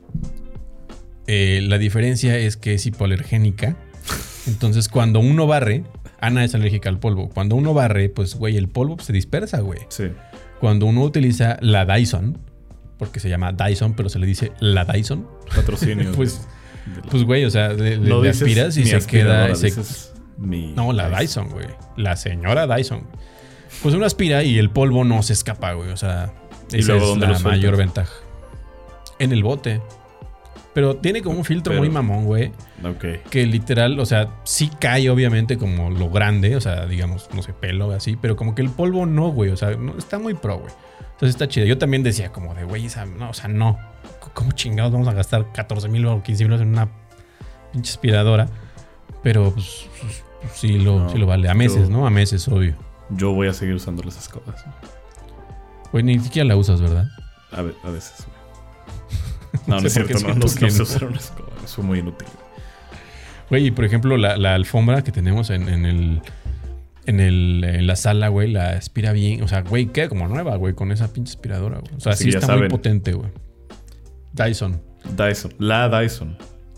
La diferencia es que es hipoalergénica. Entonces, cuando uno barre, Ana es alérgica al polvo. Cuando uno barre, pues, güey, el polvo se dispersa, güey. Sí. Cuando uno utiliza la Dyson, porque se llama Dyson, pero se le dice la Dyson. Patrocinio. pues, güey, o sea, le aspiras y se queda... No, la Dyson, güey. La señora Dyson. Pues uno aspira y el polvo no se escapa, güey. O sea, esa es la mayor ventaja. En el bote. Pero tiene como un filtro muy mamón, güey. Ok. Que literal, o sea, sí cae obviamente como lo grande. O sea, digamos, no sé, pelo así. Pero como que el polvo no, güey. O sea, no, está muy pro, güey. Entonces está chido. Yo también decía como de, güey, no, o sea, no. ¿Cómo chingados vamos a gastar 14,000 o 15,000 en una pinche aspiradora? Pero pues sí lo vale. A meses, ¿no? A meses, obvio. Yo voy a seguir usando las escobas. Güey, ni siquiera la usas, ¿verdad? A veces, güey. No, no es cierto. No sé usar una escoba. Eso es muy inútil. Güey, y por ejemplo, la alfombra que tenemos en en la sala, güey, la aspira bien. O sea, güey, queda como nueva, güey, con esa pinche aspiradora, güey. O sea, sí está muy potente, güey. Dyson. La Dyson.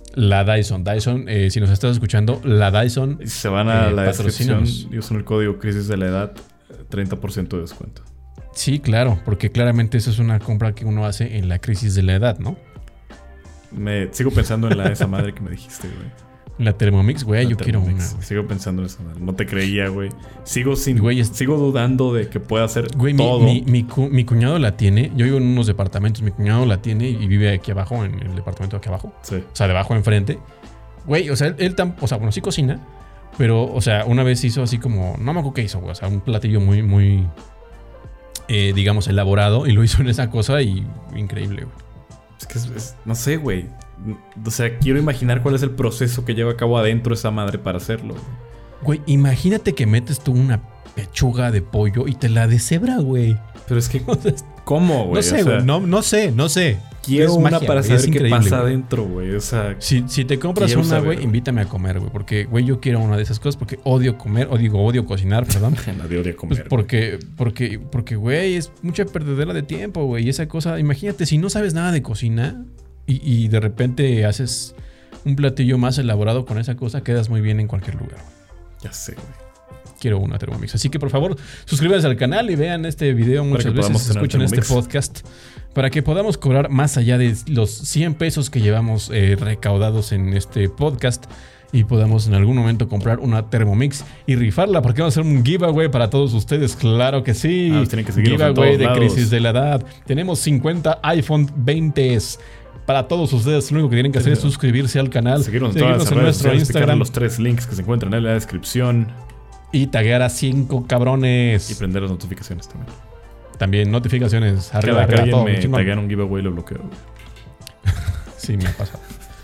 Si nos estás escuchando, la Dyson. Y si se van a la descripción y usan el código Crisis de la Edad, 30% de descuento. Sí, claro, porque claramente eso es una compra que uno hace en la crisis de la edad, ¿no? Sigo pensando en esa madre que me dijiste, güey. La Thermomix, güey, yo quiero una, güey. Sigo pensando en esa madre. No te creía, güey. Sigo dudando de que pueda hacer todo. Mi cuñado la tiene. Yo vivo en unos departamentos. Mi cuñado la tiene y vive aquí abajo, en el departamento de aquí abajo. Sí. O sea, debajo enfrente. Güey, o sea, bueno, sí cocina. Pero, o sea, una vez hizo así como... No me acuerdo qué hizo, güey. O sea, un platillo muy... digamos, elaborado. Y lo hizo en esa cosa y increíble, güey. Es que no sé, güey. O sea, quiero imaginar cuál es el proceso que lleva a cabo adentro esa madre para hacerlo. Güey, imagínate que metes tú una pechuga de pollo y te la deshebra, güey. Pero es que... ¿Cómo, güey? No sé, güey. No sé. Quiero una para saber qué pasa adentro, güey. O sea... Si te compras una, güey, invítame a comer, güey. Porque, güey, yo quiero una de esas cosas porque odio comer. Odio cocinar, perdón. Nadie odia comer. Pues porque, güey, es mucha perdedera de tiempo, güey. Y esa cosa... Imagínate, si no sabes nada de cocina... Y de repente haces un platillo más elaborado con esa cosa, quedas muy bien en cualquier lugar. Ya sé, güey. Quiero una Thermomix. Así que por favor, suscríbanse al canal y vean este video muchas veces. Escuchen este podcast para que podamos cobrar más allá de los 100 pesos que llevamos recaudados en este podcast y podamos en algún momento comprar una Thermomix y rifarla, porque vamos a hacer un giveaway para todos ustedes. Claro que sí. Tienen que seguirnos giveaway de lados. Crisis de la Edad. Tenemos 50 iPhone 20s. Para todos ustedes, lo único que tienen que hacer es suscribirse al canal. Seguirnos en nuestro Instagram. Los 3 links que se encuentran en la descripción. Y taguear a 5 cabrones. Y prender las notificaciones también. También notificaciones. Arriba, todo. Me taguean un giveaway y lo bloqueo. Sí, me ha pasado.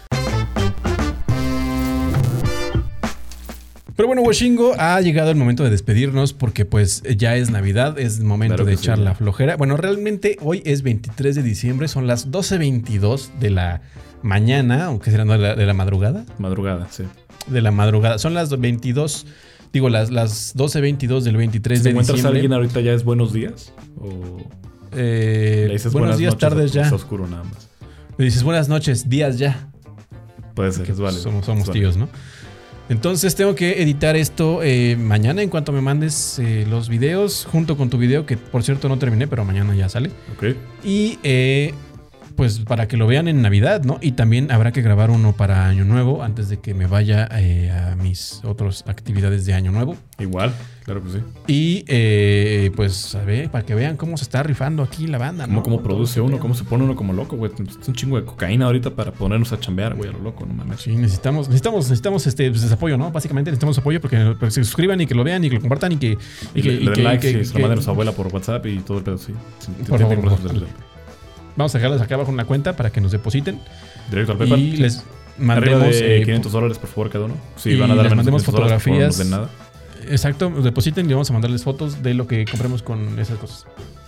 Pero bueno, Washingo, ha llegado el momento de despedirnos porque pues ya es Navidad, es momento de echar la flojera. Bueno, realmente hoy es 23 de diciembre, son las 12:22 de la mañana, aunque serán de la madrugada. Madrugada, sí. De la madrugada, son las 22, digo las 12:22 del 23 de diciembre. ¿Te encuentras a alguien ahorita ya es buenos días? ¿O le dices buenos días, tardes ya? Está oscuro nada más. Le dices buenas noches, días ya. Puede ser, es válido. Somos tíos, ¿no? Entonces tengo que editar esto mañana en cuanto me mandes los videos, junto con tu video, que por cierto no terminé, pero mañana ya sale. Ok. Y pues para que lo vean en Navidad, ¿no? Y también habrá que grabar uno para Año Nuevo antes de que me vaya a mis otras actividades de Año Nuevo. Igual, claro que sí. Y pues a ver, para que vean cómo se está rifando aquí la banda, ¿no? Cómo produce uno, cómo se pone uno como loco, güey. Es un chingo de cocaína ahorita para ponernos a chambear, güey, a lo loco, no mames. Sí, necesitamos pues, apoyo, ¿no? Básicamente necesitamos apoyo porque se suscriban y que lo vean y que lo compartan y que le den like, se lo manden a su abuela por WhatsApp y todo el pedo, sí. Por favor. Vamos a dejarles acá abajo una cuenta para que nos depositen. Directo al PayPal. Y les mandemos $500 por favor cada uno. Sí, van a dar les menos mandemos fotografías. No nada. Exacto, nos depositen y vamos a mandarles fotos de lo que compremos con esas cosas.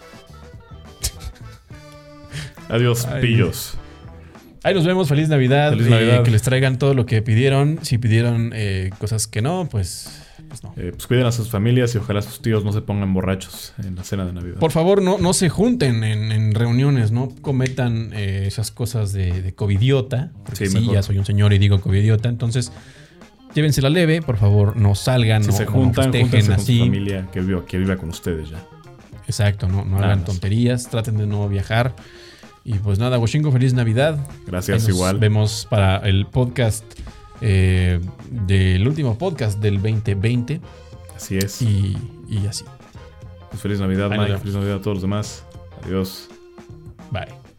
Adiós, pillos. Ahí nos vemos. Feliz Navidad. Feliz Navidad. Que les traigan todo lo que pidieron. Si pidieron cosas que no, pues no. Pues cuiden a sus familias y ojalá sus tíos no se pongan borrachos en la cena de Navidad. Por favor, no se junten en reuniones. No cometan esas cosas de covidiota. Porque sí, ya soy un señor y digo covidiota. Entonces, llévensela leve. Por favor, no salgan. Si se juntan, júntense así con su familia que viva con ustedes ya. Exacto, no hagan tonterías. Traten de no viajar. Y pues nada, Washingo, feliz Navidad. Gracias, igual. Nos vemos para el podcast del último podcast del 2020. Así es. Y así. Pues feliz Navidad, Mike. Feliz Navidad a todos los demás. Adiós. Bye.